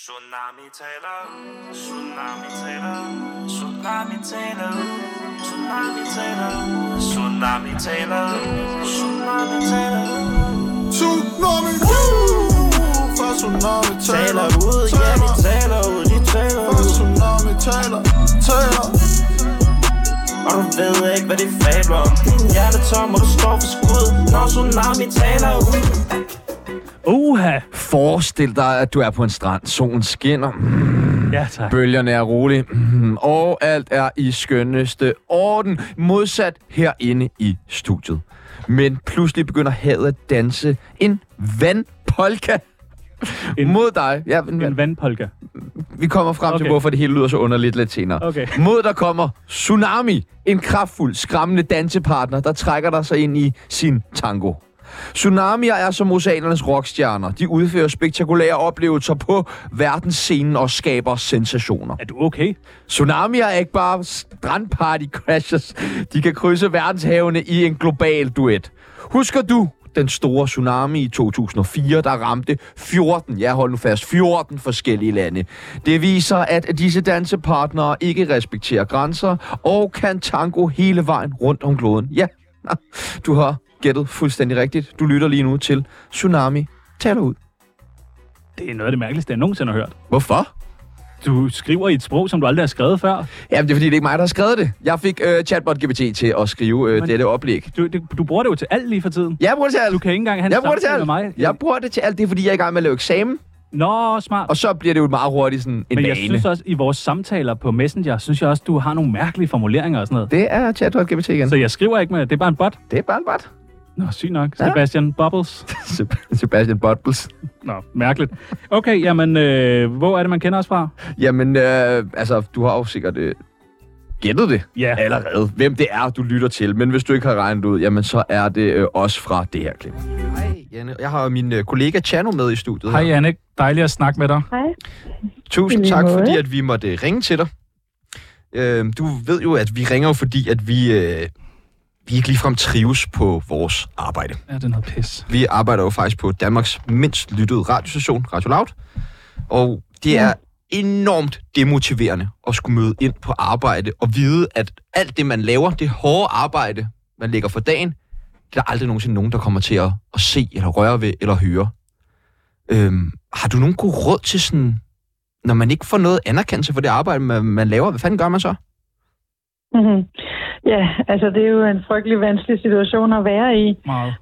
Tsunami taler, tsunami taler, tsunami taler, tsunami taler, tsunami taler, tsunami taler. Tsunami, for tsunami taler ud, ja de taler ud, de taler for ud. tsunami taler. Og du ved ikke hvad de fabler om. Din hjerte tom, og du står for skud, når tsunami taler ud. Forestil dig, at du er på en strand. Solen skinner. Ja, tak. Bølgerne er rolige. Og alt er i skønneste orden. Modsat herinde i studiet. Men pludselig begynder havet at danse en vandpolka mod dig. Ja, En vandpolka. vi kommer frem til, hvorfor det hele lyder så underligt lidt senere. Okay. Mod der kommer Tsunami. En kraftfuld, skræmmende dansepartner, der trækker dig sig ind i sin tango. Tsunamier er som oceanernes rockstjerner. De udfører spektakulære oplevelser på verdensscenen og skaber sensationer. Er du okay? Tsunamier er ikke bare strandparty crashers. De kan krydse verdenshavene i en global duet. Husker du den store tsunami i 2004, der ramte 14 forskellige lande? Det viser, at disse dansepartnere ikke respekterer grænser og kan tango hele vejen rundt om kloden. Ja, du har gættet fuldstændig rigtigt. Du lytter lige nu til Tsunami taler ud. Det er noget af det mærkeligste, jeg nogensinde har hørt. Hvorfor? Du skriver i et sprog, som du aldrig har skrevet før. Jamen, det er fordi, det er ikke mig, der har skrevet det. Jeg fik chatbot-GPT til at skrive dette oplæg. Du bruger det jo til alt lige for tiden. Jeg bruger det til alt. Du kan ikke engang have en samtale med mig. Jeg bruger det til alt. Det er fordi, jeg er i gang med at lave eksamen. Nå, smart. Og så bliver det jo meget hurtigt sådan en Men vane. jeg synes også, i vores samtaler på Messenger, synes jeg også, du har nogle mærkelige formuleringer og sådan noget. Det er chatbot-GPT igen. Så jeg skriver ikke med det. Det er bare en bot. Det er bare en bot. Nå, sygt nok. Sebastian Bubbles. Sebastian Bubbles. Nå, mærkeligt. Okay, jamen, hvor er det, man kender os fra? Jamen, altså, du har jo sikkert gættet det allerede, hvem det er, du lytter til. Men hvis du ikke har regnet ud, jamen, så er det også fra det her klip. Hej, Janne. Jeg har min kollega Chano med i studiet. Hej, Janne. Dejligt at snakke med dig. Hej. Tusind tak, fordi at vi måtte ringe til dig. Du ved jo, at vi ringer jo, fordi at vi ikke ligefrem trives på vores arbejde. Ja, det er noget pis. Vi arbejder jo faktisk på Danmarks mindst lyttede radiostation, Radio Loud. Og det er enormt demotiverende at skulle møde ind på arbejde og vide, at alt det, man laver, det hårde arbejde, man lægger for dagen, det er der aldrig nogensinde nogen, der kommer til at se, eller røre ved, eller høre. Har du nogen god råd til sådan, når man ikke får noget anerkendelse for det arbejde, man laver, hvad fanden gør man så? Mm-hmm. Ja, altså det er jo en frygtelig vanskelig situation at være i. Meget.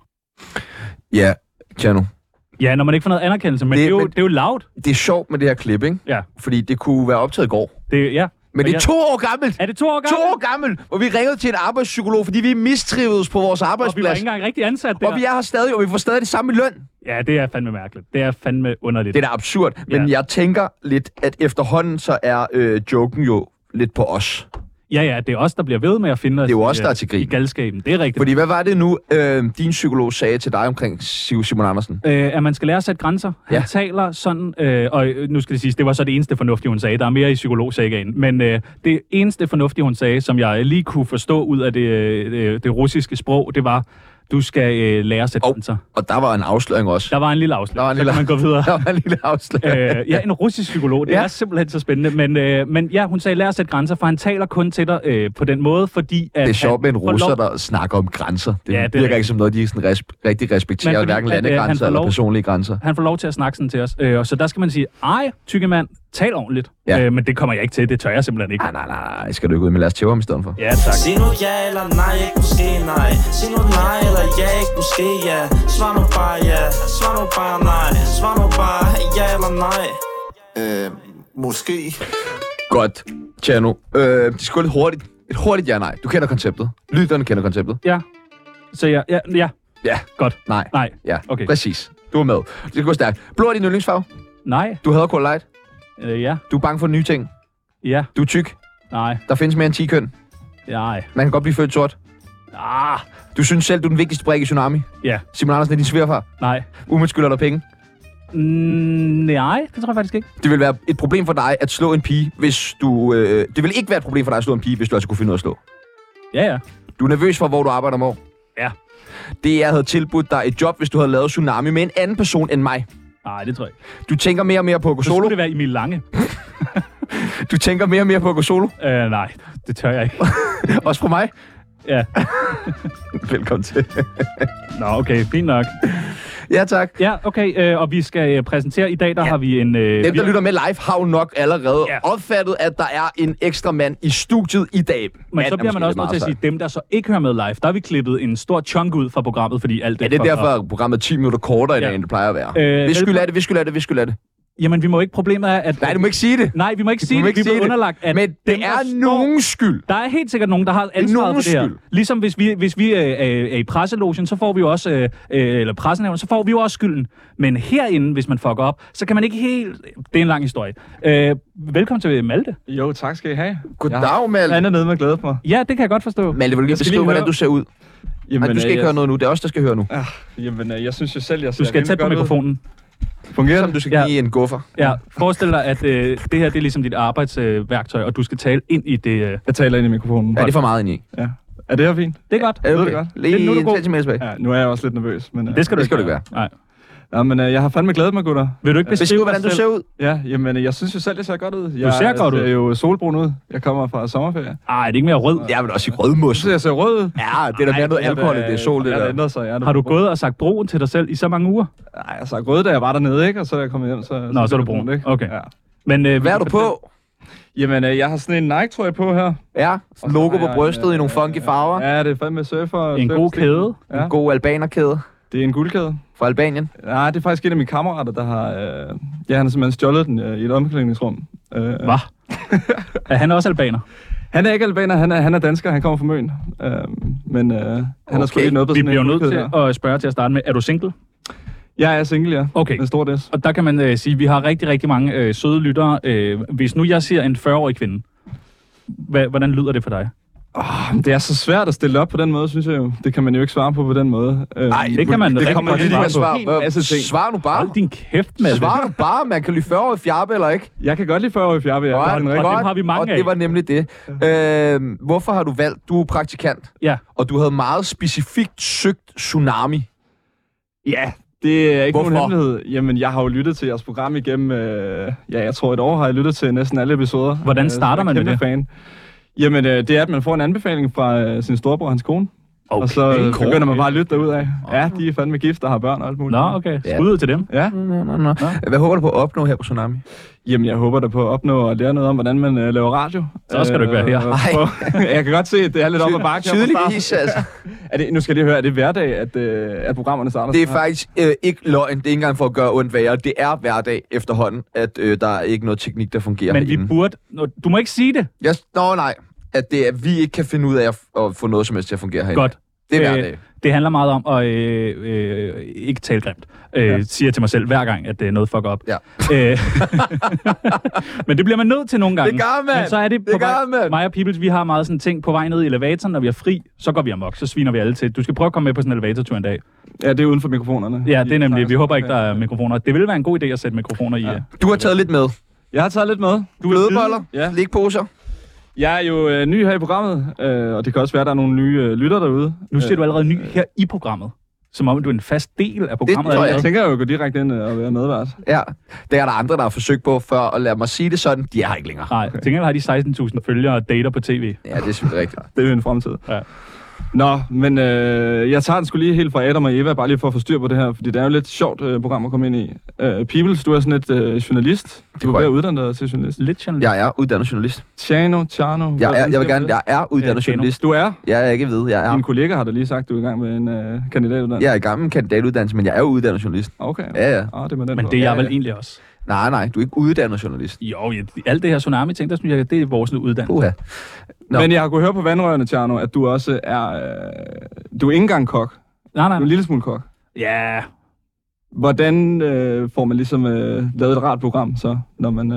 Ja, Tjerno. Ja, når man ikke får noget anerkendelse, men det er jo loud. Det er sjovt med det her klip, ikke? Ja. Fordi det kunne være optaget i går. Men det er 2 år gammelt! Er det 2 år gammelt? 2 år gammelt! Og vi ringede til en arbejdspsykolog, fordi vi mistrivedes på vores arbejdsplads. Og vi var ikke engang rigtig ansat der. Og vi er her stadig, og vi får stadig det samme i løn. Ja, det er fandme mærkeligt. Det er fandme underligt. Det er da absurd. Men jeg tænker lidt, at efterhånden så er joken jo lidt på os. Ja, det er os, der bliver ved med at finde os. Det er jo os, der er til grin. I galskaben. Det er rigtigt. Fordi hvad var det nu, din psykolog sagde til dig omkring Simon Andersen? At man skal lære at sætte grænser. Han taler sådan, og nu skal det siges, det var så det eneste fornuftige, hun sagde. Der er mere i psykologsagaen. Men det eneste fornuftige, hun sagde, som jeg lige kunne forstå ud af det russiske sprog, det var, du skal lære at sætte grænser. Og der var en afsløring også. Der var en lille afsløring. Så kan man gå videre. Der var en lille afsløring. Ja, en russisk psykolog. Det er simpelthen så spændende. Men ja, hun sagde, lær at sætte grænser, for han taler kun til dig på den måde, fordi... At det er sjovt med en russer, der snakker om grænser. Det virker ikke som noget, de sådan rigtig respekterer, hverken landegrænser eller personlige grænser. Han får lov til at snakke sådan til os. Og så der skal man sige, ej, tykke mand, tal ordentligt. Ja. Men det kommer jeg ikke til. Det tør jeg simpelthen ikke. Nej. Skal du ikke ud med Lars Tæver i stedet for? Ja, tak. Sig nu ja eller nej, ikke måske nej. Sig nu nej eller ja, ikke måske ja. Svar nu bare ja, svar nu bare nej. Svar nu bare ja eller nej. Måske. Godt, Tjerno. Det skal gå lidt hurtigt. Et hurtigt ja-nej. Du kender konceptet. Lytterne kender konceptet. Ja. Så ja. Ja. Godt. Nej. Ja, okay. Præcis. Du er med. Det skal gå stærkt. Blå er din yndlingsfarve? Nej. Du hader Cool Light? Ja. Du er bange for nye ting? Ja. Du er tyk? Nej. Der findes mere end 10 køn? Nej. Man kan godt blive født sort? Du synes selv, du er den vigtigste brik i Tsunami? Ja. Simon Andersen er din svigerfar? Nej. Umiddelbart skylder dig penge? Nej, det tror jeg faktisk ikke. Det vil være et problem for dig at slå en pige, hvis du... det vil ikke være et problem for dig at slå en pige, hvis du altså kunne finde noget at slå? Ja. Du er nervøs for, hvor du arbejder om år? Ja. Det jeg havde tilbudt dig et job, hvis du havde lavet Tsunami med en anden person end mig. Nej, det tror jeg ikke. Du tænker mere og mere på at gå Så solo? skulle det være Emil Lange. Du tænker mere og mere på at gå solo? Nej, det tør jeg ikke. Også på mig? Ja. Velkommen til. Nå, okay, fint nok. Ja, tak. Ja, okay, og vi skal præsentere i dag, der har vi en... Dem, der lytter med live, har jo nok allerede Ja. opfattet, at der er en ekstra mand i studiet i dag. Men så bliver man også nødt til at sige, dem, der så ikke hører med live, der har vi klippet en stor chunk ud fra programmet, fordi alt det... Ja, det er derfor, at programmet er 10 minutter kortere i dag, end det plejer at være. Hvis skyld er det. Jamen, vi må ikke. Problemet er, at... Nej, du må ikke sige det. Nej, vi må ikke sige det. Vi bliver underlagt, at... Men det er nogens skyld. Der er helt sikkert nogen, der har ansvaret for det her. Ligesom hvis vi er i presselogen, så får vi jo også... eller pressenævnen, så får vi jo også skylden. Men herinde, hvis man fucker op, så kan man ikke helt... Det er en lang historie. Velkommen til Malte. Jo, tak skal I have. Goddag, Malte. Han er nede med glæde på. Ja, det kan jeg godt forstå. Malte, vil du lige beskrive, hvordan du ser ud? Jamen, Nej, du skal ikke høre noget nu. Det er os, der skal høre nu. Jamen, jeg synes jo selv, jeg ser Du skal tæt på mikrofonen. Fungerer Som du skal give en guffer. Ja, forestil dig, at det her det er ligesom dit arbejdsværktøj, og du skal tale ind i det... Jeg taler ind i mikrofonen. Ja, det er for meget ind i. Ja. Er det her fint? Det er godt. Er det godt? Lige nu er du en god. centimeter tilbage. Ja, nu er jeg også lidt nervøs. Men, Det skal du ikke være. Nej. Ja, men jeg har fandme glædet mig, gutter. Vil du ikke Beskriv, hvordan du ser ud? Ja, jamen, jeg synes jo selv, jeg ser godt ud. Du ser godt ud. Jeg ser jo solbrun ud. Jeg kommer fra sommerferie. Ej, det er ikke mere rød. Jeg vil også i rødmus. Så jeg ser rød ud. Ja, det er da mere noget alkohol, det er sol, det der. der. Har du gået og sagt broen til dig selv i så mange uger? Nej, jeg sagde rød, da jeg var dernede, ikke? Og så er jeg kommet hjem, så... Nå, så er du brun, ikke? Okay. Ja. Men, Hvad er du på? Jamen, jeg har sådan en Nike-trøje på her. Ja, logo på brystet i nogle funky farver. Ja, det er fandme surfer. En god kæde. Ja. En god albanerkæde Det er en guldkæde. fra Albanien. Nej, det er faktisk en af mine kammerater, der har... han har simpelthen stjålet den i et omklædningsrum. Hvad? Er han også albaner? Han er ikke albaner, han er dansker, han kommer fra Møn. Men han har sgu lige noget på Vi sådan bliver en nødt guldkæde til at spørge til at starte med, er du single? Jeg er single, ja. Okay. En stor des. Og der kan man sige, at vi har rigtig, rigtig mange søde lyttere. Hvis nu jeg siger en 40-årig kvinde, hvordan lyder det for dig? Det er så svært at stille op på den måde, synes jeg jo. Det kan man jo ikke svare på den måde. Nej, det kan man det rigtig kommer godt lige svare at svare på en masse ting. Svar nu bare. Hold din kæft, Malte. Svar nu bare. Man kan lide 40 år i fjarbe, eller ikke? Jeg kan godt lide 40 år i fjarbe, ja. og dem har vi mange og af. det var nemlig det. Hvorfor har du valgt? Du er praktikant. Ja. Og du havde meget specifikt søgt Tsunami. Ja, det er ikke Hvorfor? nogen hemmelighed. Jamen, jeg har jo lyttet til jeres program igennem... jeg tror et år har jeg lyttet til næsten alle episoder. Hvordan starter man med det? Fan. Jamen, det er, at man får en anbefaling fra sin storebror og hans kone. Okay. Og så begynder man bare at lytte derudad. Ja, de er fandme gift og har børn og alt muligt. Nå, okay. Skud ud til dem. Ja. Nå. Hvad håber du på at opnå her på Tsunami? Jamen, jeg håber da på at opnå og lære noget om, hvordan man laver radio. Så skal du ikke være her. Jeg kan godt se, at det er lidt op ad bakke. Tydeligvis, altså. Nu skal jeg lige høre, er det hverdag, at programmerne starter? Det er faktisk ikke løgn. Det er ikke engang for at gøre ondt værre. Det er hverdag efterhånden, at der er ikke noget teknik, der fungerer Men vi herinde. burde... Du må ikke sige det. Nej. At vi ikke kan finde ud af at få noget som helst til at fungere herinde. Godt. Det er hverdag. Det handler meget om at ikke tale grimt. Siger jeg til mig selv hver gang, at noget fucker op. Ja. Men det bliver man nødt til nogle gange. Det gør man. Men så er det, Det gør man. Mig og Peoples, vi har meget sådan ting på vej ned i elevatoren, når vi er fri, så går vi amok, så sviner vi alle til. Du skal prøve at komme med på sådan en elevatortur en dag. Ja, det er uden for mikrofonerne. Ja, det er nemlig. Vi håber ikke, der er mikrofoner. Det ville være en god idé at sætte mikrofoner i. Du har taget lidt med. Jeg har taget lidt med. Flødeboller, Ja. slikposer. Jeg er jo ny her i programmet, og det kan også være, at der er nogle nye lytter derude. Nu siger du allerede ny her i programmet. Som om du er en fast del af programmet. tror Jeg tænker jo at gå direkte ind og være medvært. Ja, det er der andre, der har forsøgt på før at lade mig sige det sådan. De er her ikke længere. Nej, til gengæld har de 16.000 følgere og dater på tv. Ja, det er selvfølgelig rigtigt. Det er jo en fremtid. Ja. Nå, men jeg tager den sgu lige helt fra Adam og Eva, bare lige for at få styr på det her, fordi det er jo lidt sjovt program at komme ind i. Peoples, du er sådan et journalist. Du er ved at uddanne dig til journalist. Lidt journalist. Jeg er uddannet journalist. Tjano. Jeg er uddannet journalist. Du er? Jeg er ikke ved, jeg er. Din kollega har da lige sagt, at du er i gang med en kandidatuddannelse. Jeg er i gang med en kandidatuddannelse, men jeg er uddannet journalist. Okay. Ja. Det er med den Men på. det er jeg Ja. vel egentlig også. Nej, du er ikke uddannet journalist. Jo, alt det her tsunami-ting, der synes jeg, det er vores uddannelse. Uha. Nå. Men jeg har kunnet høre på vandrørene, Tjano, at du også er... du er ikke engang kok. Nej. Du er en lille smule kok. Ja, Hvordan får man ligesom lavet et rart program, så, når man...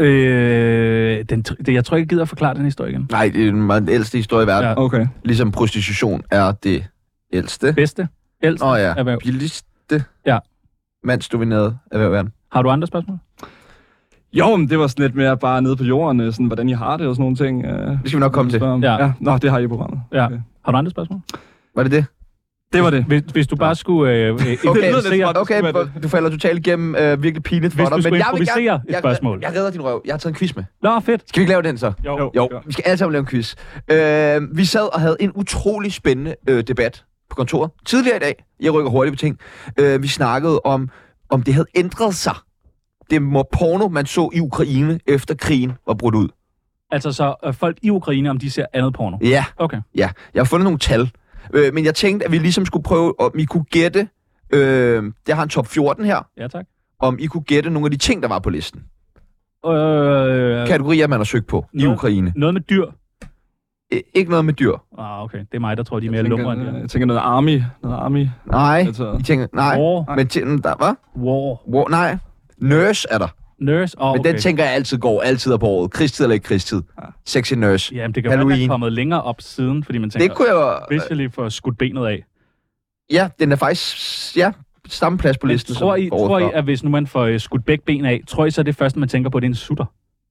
jeg tror ikke, jeg gider at forklare den historie igen. Nej, det er den ældste historie i verden. Ja. Okay. Ligesom prostitution er det ældste. Bedste? Ældste? Erhverv. Billigste. Ja. Mandsdomineret erhverv i verden. Har du andre spørgsmål? Jo, men det var sådan lidt mere bare nede på jorden, sådan, hvordan I har det og sådan nogle ting. Det skal vi nok komme til. Ja. Nå, det har I i programmet. Ja. Okay. Har du andre spørgsmål? Var det det? Det var det. Hvis du bare skulle Okay, du falder totalt igennem virkelig pinligt for dig. Hvis du skulle improvisere et spørgsmål. Jeg redder din røv. Jeg har taget en quiz med. Nå, fedt. Skal vi ikke lave den så? Jo. Vi skal alle sammen lave en quiz. Vi sad og havde en utrolig spændende debat på kontoret. Tidligere i dag, jeg rykker hurtigt på ting, vi snakkede om det havde ændret sig. Det porno, man så i Ukraine efter krigen var brudt ud. Altså så folk i Ukraine, om de ser andet porno? Ja. Okay. Ja, jeg har fundet nogle tal. Men jeg tænkte, at vi ligesom skulle prøve, om I kunne gætte, jeg har en top 14 her, Ja, tak. om I kunne gætte nogle af de ting, der var på listen. Kategorier, man har søgt på i Ukraine. Noget med dyr? Ikke noget med dyr. Okay. Det er mig, der tror, de er mere lumre end det. Jeg tænker noget army. Nej, Altså- I tænker, nej. War. Men hvad? War. Nej. Nurse er der. Nurse? Okay. Men den tænker jeg altid går, altid er på året. Krigstid eller ikke krigstid. Sexy nurse. Jamen, det kan være, at den er kommet længere op siden, fordi man tænker, Det kunne jeg hvis jeg lige får skudt benet af. Ja, den er faktisk, samme plads på listen. Tror I, at hvis nu man får skudt begge ben af, tror I så det første, man tænker på, det er en sutter?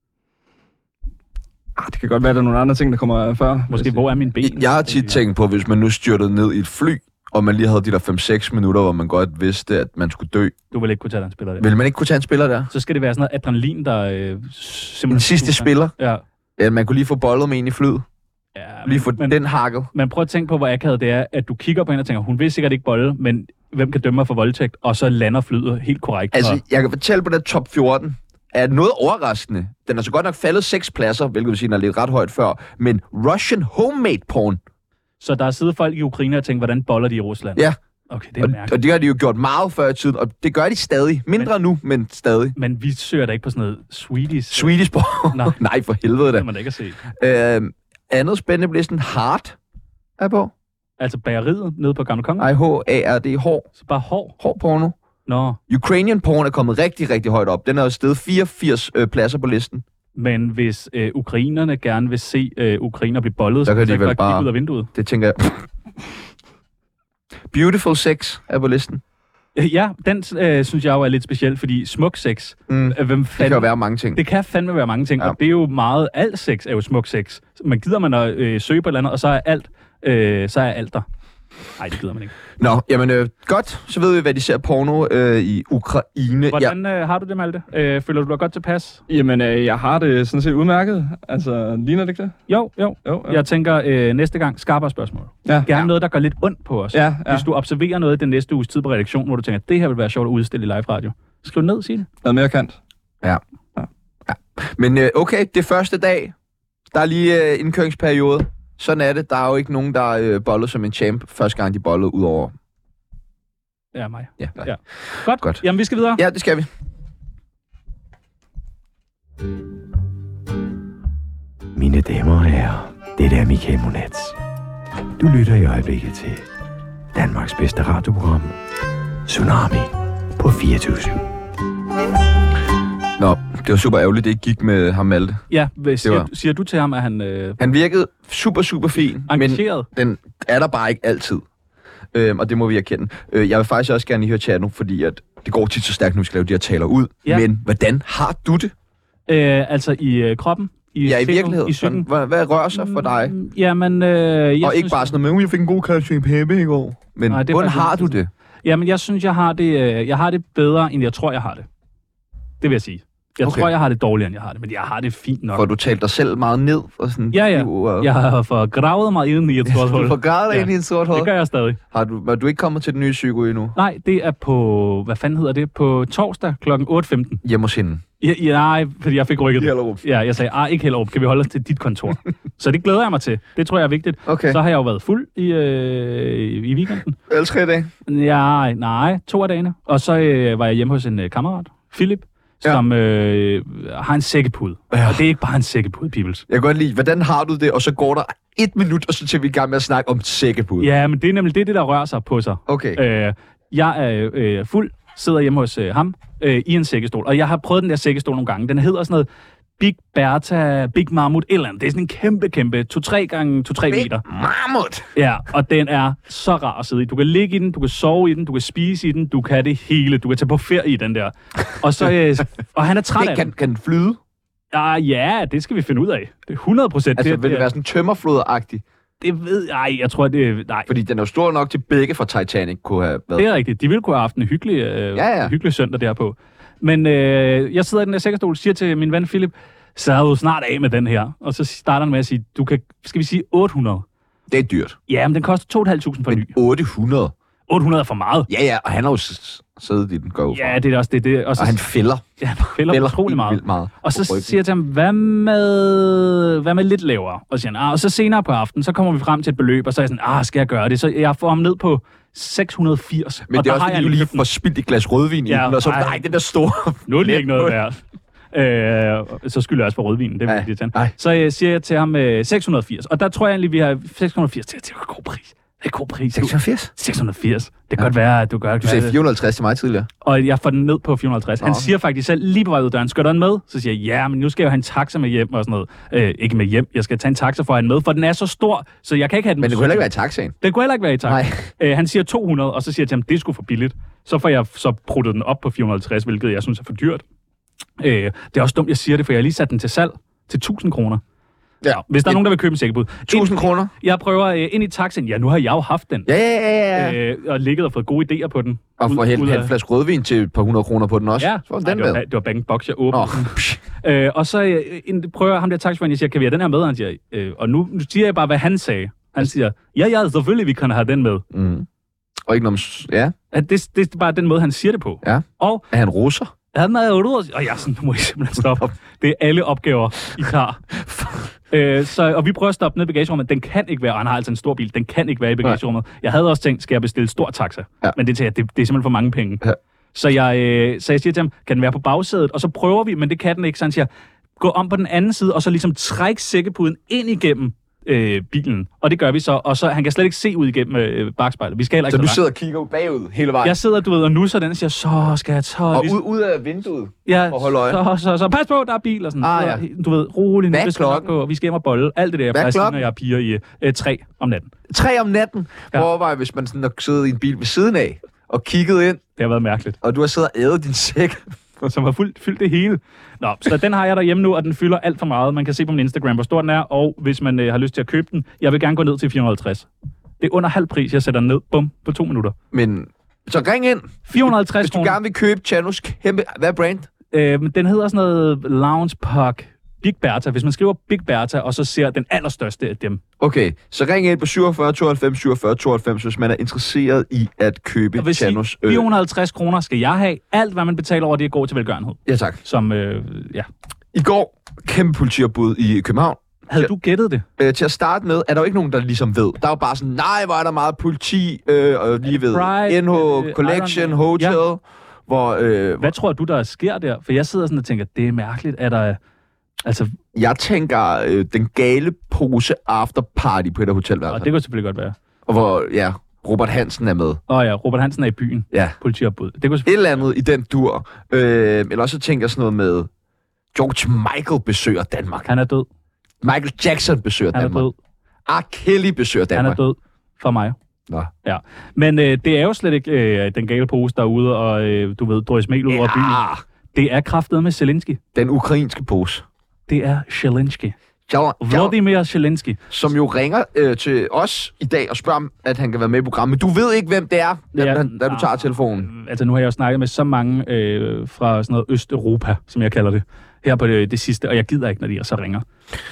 Det kan godt være, at der er nogle andre ting, der kommer før. Måske, hvor er min ben? Jeg har tit tænkt på, hvis man nu styrtede ned i et fly, og man lige havde de der 5-6 minutter, hvor man godt vidste, at man skulle dø. Du vil ikke kunne tage den spiller der. Vil man ikke kunne tage en spiller der? Så skal det være sådan noget adrenalin, der simpelthen... En sidste spiller? Ja. Ja, man kunne lige få bollet med ind i flyet. Ja, Lige få den hakket. Men prøv at tænke på, hvor akavet det er, at du kigger på hende og tænker, hun vil sikkert ikke bolle, men hvem kan dømme mig for voldtægt? Og så lander flyet helt korrekt. Altså, jeg kan fortælle på den top 14, er noget overraskende. Den er så godt nok faldet 6 pladser, hvilket vil sige, den er lidt ret højt før. Men Russian homemade porn. Så der er siddet folk i Ukraine og tænkt, hvordan boller de i Rusland? Ja. Okay, det er mærkeligt. Og det har de jo gjort meget før i tiden, og det gør de stadig. Mindre nu, men stadig. Men vi søger da ikke på sådan noget Swedish porn? Nej. Nej, for helvede da. Det kan man da ikke have set. Andet spændende bliver sådan Hard er på. Altså bageriet nede på Gamle Konge? H-A-R-D, hår. Så bare hår? Hård porno. Nå. Ukrainian porn er kommet rigtig, rigtig højt op. Den er jo steget 84 pladser på listen. Men hvis ukrainerne gerne vil se ukrainer blive bollet, så kan de vel bare kigge ud af vinduet. Det tænker jeg. Beautiful sex er på listen. Ja, den synes jeg jo er lidt speciel, fordi smuk sex... det kan jo være mange ting. Det kan fandme være mange ting, og det er jo meget... Alt sex er jo smuk sex. Man gider man at søge på et eller andet, og så er alt der. Nej, det gider man ikke. Nå, jamen godt. Så ved vi, hvad de ser porno i Ukraine. Hvordan har du det, Malte? Føler du dig godt tilpas? Jamen, jeg har det sådan set udmærket. Altså, ligner det ikke det? Jo. Jeg tænker, næste gang, skarpere spørgsmål. Ja. Gerne noget, der gør lidt ondt på os. Ja. Hvis du observerer noget den næste uges tid på redaktion, hvor du tænker, det her vil være sjovt at udstille i live radio. Skriv ned, sig det. Noget mere kant. Ja. Men okay, det første dag, der er lige indkøringsperiode. Sådan er det. Der er jo ikke nogen, der boller som en champ første gang, de bollede ud over. Ja, mig. Ja. Godt. Jamen, vi skal videre. Ja, det skal vi. Mine damer og herrer, det er Michael Monats. Du lytter i øjeblikket til Danmarks bedste radioprogram, Tsunami på 24/7. Nå, det var super ærgerligt, det ikke gik med ham, Malte. Ja, siger du til ham, at han... Han virkede super fin, engageret. Men den er der bare ikke altid. Og det må vi erkende. Jeg vil faktisk også gerne høre chat nu, fordi at det går tit så stærkt, nu vi skal lave de her taler ud. Ja. Men hvordan har du det? Altså i kroppen? I virkeligheden. Hvad rører sig for dig? Jamen, og ikke bare sådan noget med, jeg fik en god kaffe i Pepe i går. Men hvordan har du det? Jamen, jeg synes, jeg har det bedre, end jeg tror, jeg har det. Det vil jeg sige. Jeg tror, jeg har det dårligere, end jeg har det, men jeg har det fint nok. For du talt dig selv meget ned? Og sådan, ja. Jeg har forgravet mig ind i et sort hul. Du forgravet dig ind i et sort hul? Det gør jeg stadig. Var du ikke kommet til den nye psyko endnu? Nej, det er på, hvad fanden hedder det, på torsdag kl. 8:15. Hjemme hos hende? Nej, fordi jeg fik rykket. Hellerup. Ja, jeg sagde, ikke Hellerup, kan vi holde os til dit kontor? Så det glæder jeg mig til. Det tror jeg er vigtigt. Okay. Så har jeg jo været fuld i weekenden. Alle 3 dage? Ja, nej, 2 af dagene. Og så var jeg hjemme hos en kammerat, Philip, som har en sækkepude. Ja. Og det er ikke bare en sækkepude, peoples. Jeg kan godt lide, hvordan har du det, og så går der 1 minut, og så til vi i gang med at snakke om sækkepude. Ja, men det er nemlig det, der rører sig på sig. Okay. Jeg er fuld, sidder hjemme hos ham i en sækkestol, og jeg har prøvet den der sækkestol nogle gange. Den hedder sådan noget Big Bertha, Big Mammut, et eller andet. Det er sådan en kæmpe, 2-3 gange 2-3 meter. Big Mammut! Ja, og den er så rar at sidde i. Du kan ligge i den, du kan sove i den, du kan spise i den, du kan det hele. Du kan tage på ferie i den der. Og så og han er træt af den. Kan den flyde? Ja, det skal vi finde ud af. Det er 100%. Altså, vil det være sådan tømmerfloder-agtigt? Det ved jeg. Jeg tror, det... Nej. Fordi den er jo stor nok til begge fra Titanic kunne have været. Det er rigtigt. De ville kunne have haft en hyggelig søndag derpå. Men jeg sidder i den der sikkerstol og siger til min ven Philip, så er du snart af med den her. Og så starter han med at sige, skal vi sige 800? Det er dyrt. Ja, men den koster 2.500 for ny. 800? 800 er for meget. Ja, og han har jo siddet i den gå. Ja, det er også det. Og han fælder. Ja, han fælder utrolig meget. Og så siger jeg til ham, hvad med lidt lavere? Og så siger han, og så senere på aftenen, så kommer vi frem til et beløb, og så er jeg sådan, skal jeg gøre det? Så jeg får ham ned på 680. Men og det er også, fordi du lige får spildt et glas rødvin i den, og så, nej, den der store. Nu er det ikke noget værd. Så skylder jeg også for rødvinen, det er vigtigt. Så siger jeg til ham 680, og der tror jeg egentlig, vi har 680 til en god pris. Det er god pris. 680? 680. Det kan godt være, at du gør det. Du sagde 450 til mig tidligere. Og jeg får den ned på 450. Han siger faktisk selv lige på vej ud af døren, skal du den med? Så siger jeg, ja, men nu skal jeg jo have en taxa med hjem og sådan noget. Ikke med hjem, jeg skal tage en taxa for at have den med, for den er så stor, så jeg kan ikke have den. Men det kunne heller ikke være i taxaen. Den kunne heller ikke være i taxaen. Han siger 200, og så siger jeg til ham, det er sgu for billigt. Så får jeg så pruttet den op på 450, hvilket jeg synes er for dyrt. Det er også dumt, jeg siger det, for jeg har lige sat den til salg til 1.000 kroner. Ja, hvis der er nogen, der vil købe en sækkebud. 1.000 kroner? Jeg prøver ind i taxaen. Ja, nu har jeg jo haft den. Ja. Og ligget og fået gode idéer på den. Og få hældt en flaske rødvin til et par 100 kroner på den også. Ja, så den med. Det var bang-box, jeg åbnede. Og så prøver ham der taxichaufføren, jeg siger, kan vi have den her med? Han siger, og nu siger jeg bare, hvad han sagde. Han siger, ja, selvfølgelig, vi kan have den med. Mm. Og ikke noget ja. Det er bare den måde, han siger det på. Ja. Og er han russer? Han er jo russer. Og jeg sådan, nu må I simpelthen stoppe. Det er alle opgaver, I tager. Og vi prøver at stoppe ned i bagagerummet. Den kan ikke være, og han har altså en stor bil, den kan ikke være i bagagerummet. Jeg havde også tænkt, skal jeg bestille stor taxa? Ja. Men det er simpelthen for mange penge. Ja. Så jeg siger til ham, kan den være på bagsædet? Og så prøver vi, men det kan den ikke. Så han siger, gå om på den anden side, og så ligesom træk sækkepuden ind igennem bilen. Og det gør vi så. Og så han kan slet ikke se ud igennem bagspejlet. Vi skal heller ikke så du sidder og kigger ud bagud hele vejen? Jeg sidder, du ved, og nusser den og siger, så skal jeg tage... Og ud af vinduet? Ja, og holde øje. Så pas på, der er bil og sådan. Ja. Du ved, roligt. Hvad er klokken? Vi skal hjem og bolle. Alt det der. Hvad er klokken? Når jeg piger i 3 om natten. 3 om natten? Ja. Overvej, hvis man sådan har siddet i en bil ved siden af og kigget ind. Det har været mærkeligt. Og du har siddet og ædet din sæk. Som har fyldt det hele. Nå, så den har jeg derhjemme nu, og den fylder alt for meget. Man kan se på min Instagram, hvor stor den er, og hvis man har lyst til at købe den, jeg vil gerne gå ned til 450. Det er under halv pris, jeg sætter den ned, bum, på 2 minutter. Men, så ring ind. 450 hvis du gerne vil købe Chanos kæmpe... Hvad er brand? Den hedder sådan noget Lounge Park Big Bertha. Hvis man skriver Big Bertha, og så ser den allerstørste af dem. Okay, så ring ind på 47 92 47 92, hvis man er interesseret i at købe Chanos. 450 kroner skal jeg have. Alt, hvad man betaler over, det går til velgørenhed. Ja, tak. Som, I går, kæmpe politiopbud i København. Havde du gættet det? Til at starte med, er der jo ikke nogen, der ligesom ved. Der er jo bare sådan, nej, hvor er der meget politi, og lige ved NH, Collection, Hotel, hvor... Hvad tror du, der sker der? For jeg sidder sådan og tænker, det er mærkeligt, at der... Altså... Jeg tænker, den gale pose after party på et af hotelværelser. Og det kunne selvfølgelig godt være. Og hvor, Robert Hansen er med. Ja, Robert Hansen er i byen. Ja. Politiopbud. Det kunne et eller andet i den dur. Eller også tænker jeg sådan noget med, George Michael besøger Danmark. Han er død. Michael Jackson besøger Danmark. Han er død. R. Kelly besøger Danmark. Han er død. For mig. Nå. Ja. Men det er jo slet ikke den gale pose derude, og du ved, drøs mel ud over byen. Det er kraftet med Zelensky. Den ukrainske pose. Det er Zelensky. Vladimir Zelensky. Som jo ringer til os i dag og spørger om, at han kan være med i programmet. Men du ved ikke, hvem det er, da du tager telefonen. Altså, nu har jeg jo snakket med så mange fra sådan noget Østeuropa, som jeg kalder det, her på det sidste, og jeg gider ikke, når de så ringer.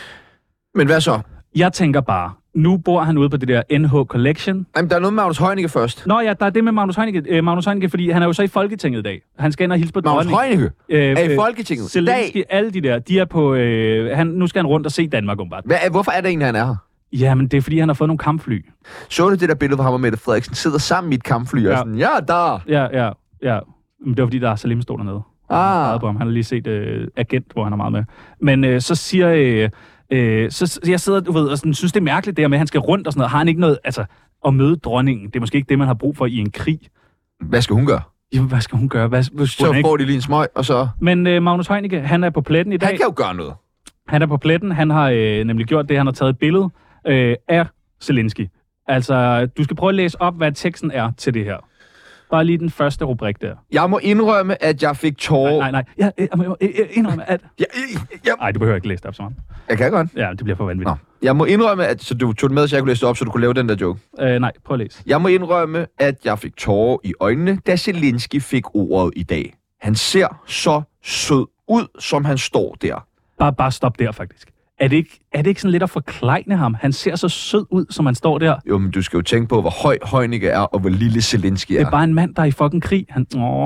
Men hvad så? Jeg tænker bare, nu bor han ude på det der NH Collection. Jamen, der er noget med Magnus Heunicke først. Nå ja, der er det med Magnus Heunicke. Magnus Heunicke, fordi han er jo så i Folketinget i dag. Han skal ind og hilse på Magnus Heunicke er i Folketinget Zelensky, alle de der, de er på... nu skal han rundt og se Danmark, umiddelbart. Hvorfor er det egentlig, han er her? Jamen, det er fordi, han har fået nogle kampfly. Så du det der billede, hvor ham og Mette Frederiksen sidder sammen i et kampfly og sådan, der! Ja. Men det var fordi, der er Salim stod dernede. Han har lige set Agent, hvor han er meget med. Men så siger... så jeg sidder, du ved, og sådan, synes, det er mærkeligt, det her med, at han skal rundt og sådan noget. Har han ikke noget, altså, at møde dronningen? Det er måske ikke det, man har brug for i en krig. Hvad skal hun gøre? Jo, hvad skal hun gøre? Så får de lige en smøg, og så... Men Magnus Heunicke, han er på pletten i dag. Han kan jo gøre noget. Han er på pletten. Han har nemlig gjort det, han har taget et billede af Zelensky. Altså, du skal prøve at læse op, hvad teksten er til det her. Bare lige den første rubrik der. Jeg må indrømme, at jeg fik tårer... Nej. Jeg må indrømme, at... Ja. Nej, du behøver ikke læse det op så meget. Jeg kan godt. Ja, det bliver for vanvittigt. Jeg må indrømme, at... Så du tog det med, så jeg kunne læse det op, så du kunne lave den der joke? Nej, prøv at læse. Jeg må indrømme, at jeg fik tårer i øjnene, da Zelensky fik ordet i dag. Han ser så sød ud, som han står der. Bare stop der, faktisk. Er det ikke sådan lidt at forklejne ham? Han ser så sød ud, som han står der. Jo, men du skal jo tænke på, hvor høj Heunicke er, og hvor lille Zelensky er. Det er bare en mand, der er i fucking krig. Han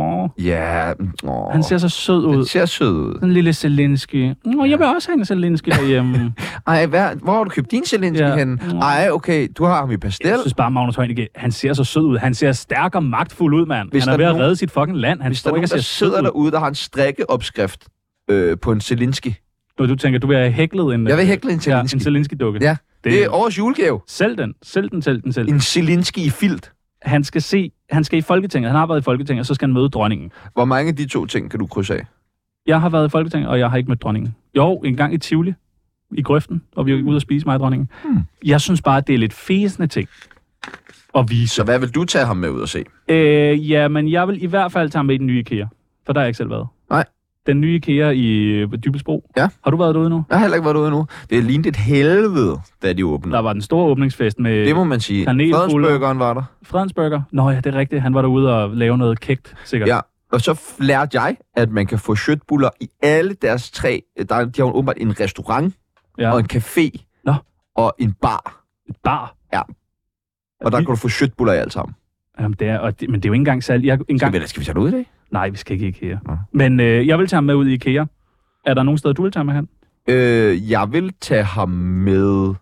ser så sød ud. Han ser sød ud. Den lille Zelensky. Jeg vil også have en Zelensky derhjemme. Ej, hvor har du købt din Zelensky henne? Ej, okay, du har ham i pastel. Jeg synes bare, Magnus Heunicke, han ser så sød ud. Han ser stærk og magtfuld ud, mand. Han er ved at redde sit fucking land. Han står ikke og ser sød ud. Hvis der sidder derude, der har en strikkeopskrift på en Zelensky. Du tænker, du vil have hæklet en... Jeg vil hækle en Zelensky. Ja, en Zelensky-dukke. Ja, det er årets julegave. Sælg den. En Zelensky i filt. Han skal i Folketinget. Han har været i Folketinget, og så skal han møde dronningen. Hvor mange af de to ting kan du krydse af? Jeg har været i Folketinget, og jeg har ikke mødt dronningen. Jo, en gang i Tivoli, i grøften, og vi var ude at spise mig og dronningen. Jeg synes bare, at det er lidt fæsende ting at vise. Så hvad vil du tage ham med ud og se? Men jeg vil i hvert fald tage ham med i den nye IKEA, for der har jeg ikke selv været. Nej. Den nye IKEA i Dybelsbro. Ja. Har du været derude nu? Jeg har heller ikke været derude nu. Det lignede et helvede, da de åbnede. Der var den store åbningsfest med... Det må man sige. Fredensburgeren var der. Fredensburger? Nå ja, det er rigtigt. Han var derude og lave noget kægt, sikkert. Ja, og så lærte jeg, at man kan få shirtbuller i alle deres tre... De har jo åbenbart en restaurant, og en café, og en bar. En bar? Ja. Og der kan du få shirtbuller i alt sammen. Jamen, men det er jo ikke engang salg. Skal vi tage det ud i dag? Nej, vi skal ikke i IKEA. Ja. Men jeg vil tage ham med ud i IKEA. Er der nogen steder, du vil tage med hen? Jeg vil tage ham med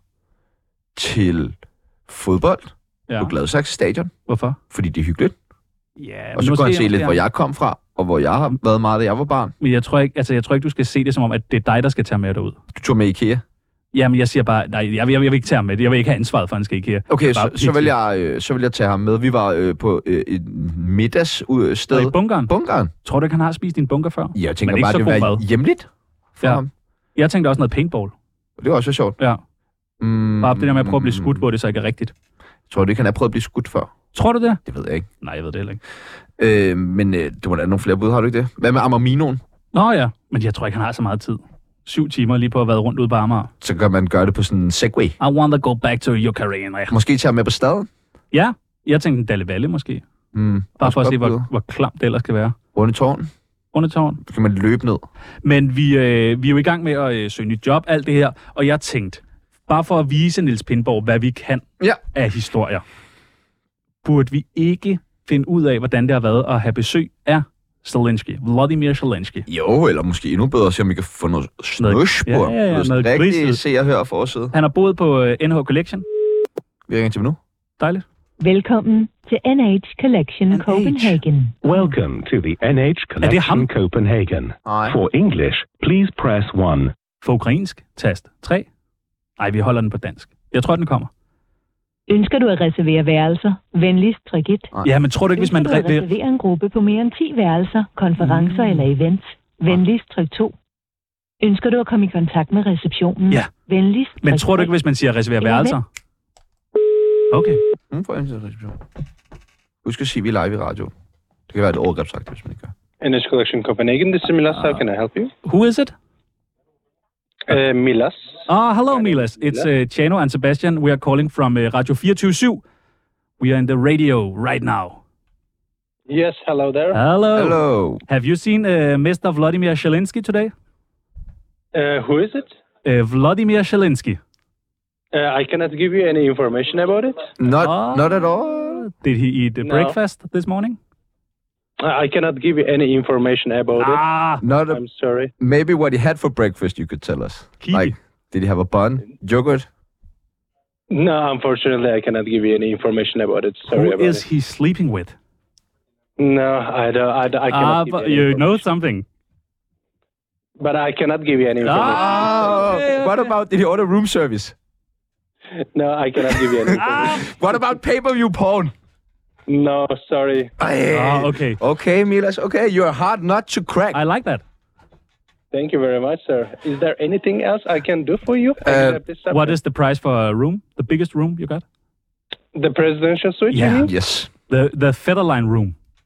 til fodbold på Gladsaxe Stadion. Hvorfor? Fordi det er hyggeligt. Ja, og så kan han se lidt, hvor jeg kom fra, og hvor jeg har været meget, da jeg var barn. Men jeg tror ikke, du skal se det som om, at det er dig, der skal tage med derud. Du tog med IKEA? Jamen, jeg siger bare, nej, jeg vil ikke tage ham med. Jeg vil ikke have ansvaret for, at han skal IKEA. Okay, så vil jeg tage ham med. Vi var på et middagssted. I bunkeren? Bunkeren. Tror du ikke, han har spist din bunker før? Jeg tænker bare, det vil være hjemligt for ham. Jeg tænkte også noget paintball. Det var også sjovt. Ja. Bare det der med at prøve at blive skudt, hvor det så ikke er rigtigt. Tror du ikke, han har prøvet at blive skudt før? Tror du det? Det ved jeg ikke. Nej, jeg ved det heller ikke. Men du må da have nogle flere bud, har du ikke det? Hvad med Amarminoen? Nå ja, men jeg tror ikke, han har så meget tid. 7 timer lige på at have været rundt ude på Amager. Så kan man gøre det på sådan en Segway. I want to go back to Ukraine. Måske tage med på staden? Ja, jeg tænkte en Dalle Valle måske. Bare for at se, hvor klamt det ellers kan være. Rundetårn? Rundetårn. Så kan man løbe ned. Men vi er jo i gang med at søge nyt job, alt det her. Og jeg tænkte, bare for at vise Niels Pindborg, hvad vi kan af historier, burde vi ikke finde ud af, hvordan det har været at have besøg af Zelensky, Vladimir Zelensky. Jo, eller måske endnu bedre, så om vi kan få noget snush på. Noget rigtig se og høre for os side. Han har boet på NH Collection. Vi ringer til ham nu. Dejligt. Velkommen til NH Collection Copenhagen. Welcome to the NH Collection Copenhagen. For English, please press 1. For ukrainsk, tast 3. Nej, vi holder den på dansk. Jeg tror, den kommer. Ønsker du at reservere værelser? Venligst tryk 1. Ja, men tror du ikke, hvis man reserverer en gruppe på mere end 10 værelser, konferencer eller events? Venligst tryk 2. Ønsker du at komme i kontakt med receptionen? Ja. Venligst tryk Men tror du ikke, hvis man siger reservere værelser? Okay. Husk at sige, at vi er live i radio. Det kan være et overgrebsagt, hvis man ikke gør. NH Collection Copenhagen, this is Milas. How can I help you? Who is it? Milas. Hello, Milas. It's Chano and Sebastian. We are calling from Radio 24/7. We are in the radio right now. Yes, hello there. Hello. Have you seen Mr. Vladimir Zelensky today? Who is it? Vladimir Zelensky. I cannot give you any information about it. Not at all. Did he eat breakfast this morning? I cannot give you any information about it. I'm sorry. Maybe what he had for breakfast, you could tell us. Like, did he have a bun, yogurt? No, unfortunately, I cannot give you any information about it. Sorry about it. Who is he sleeping with? No, I cannot give but you you know something. But I cannot give you any information. Okay. What about, did he order room service? No, I cannot give you any information. What about pay-per-view porn? No, sorry. Okay. Okay, Milas. Okay, you're a hard nut to crack. I like that. Thank you very much, sir. Is there anything else I can do for you? What is the price for a room? The biggest room you got? The presidential suite? Yeah. Yes. The Federline room.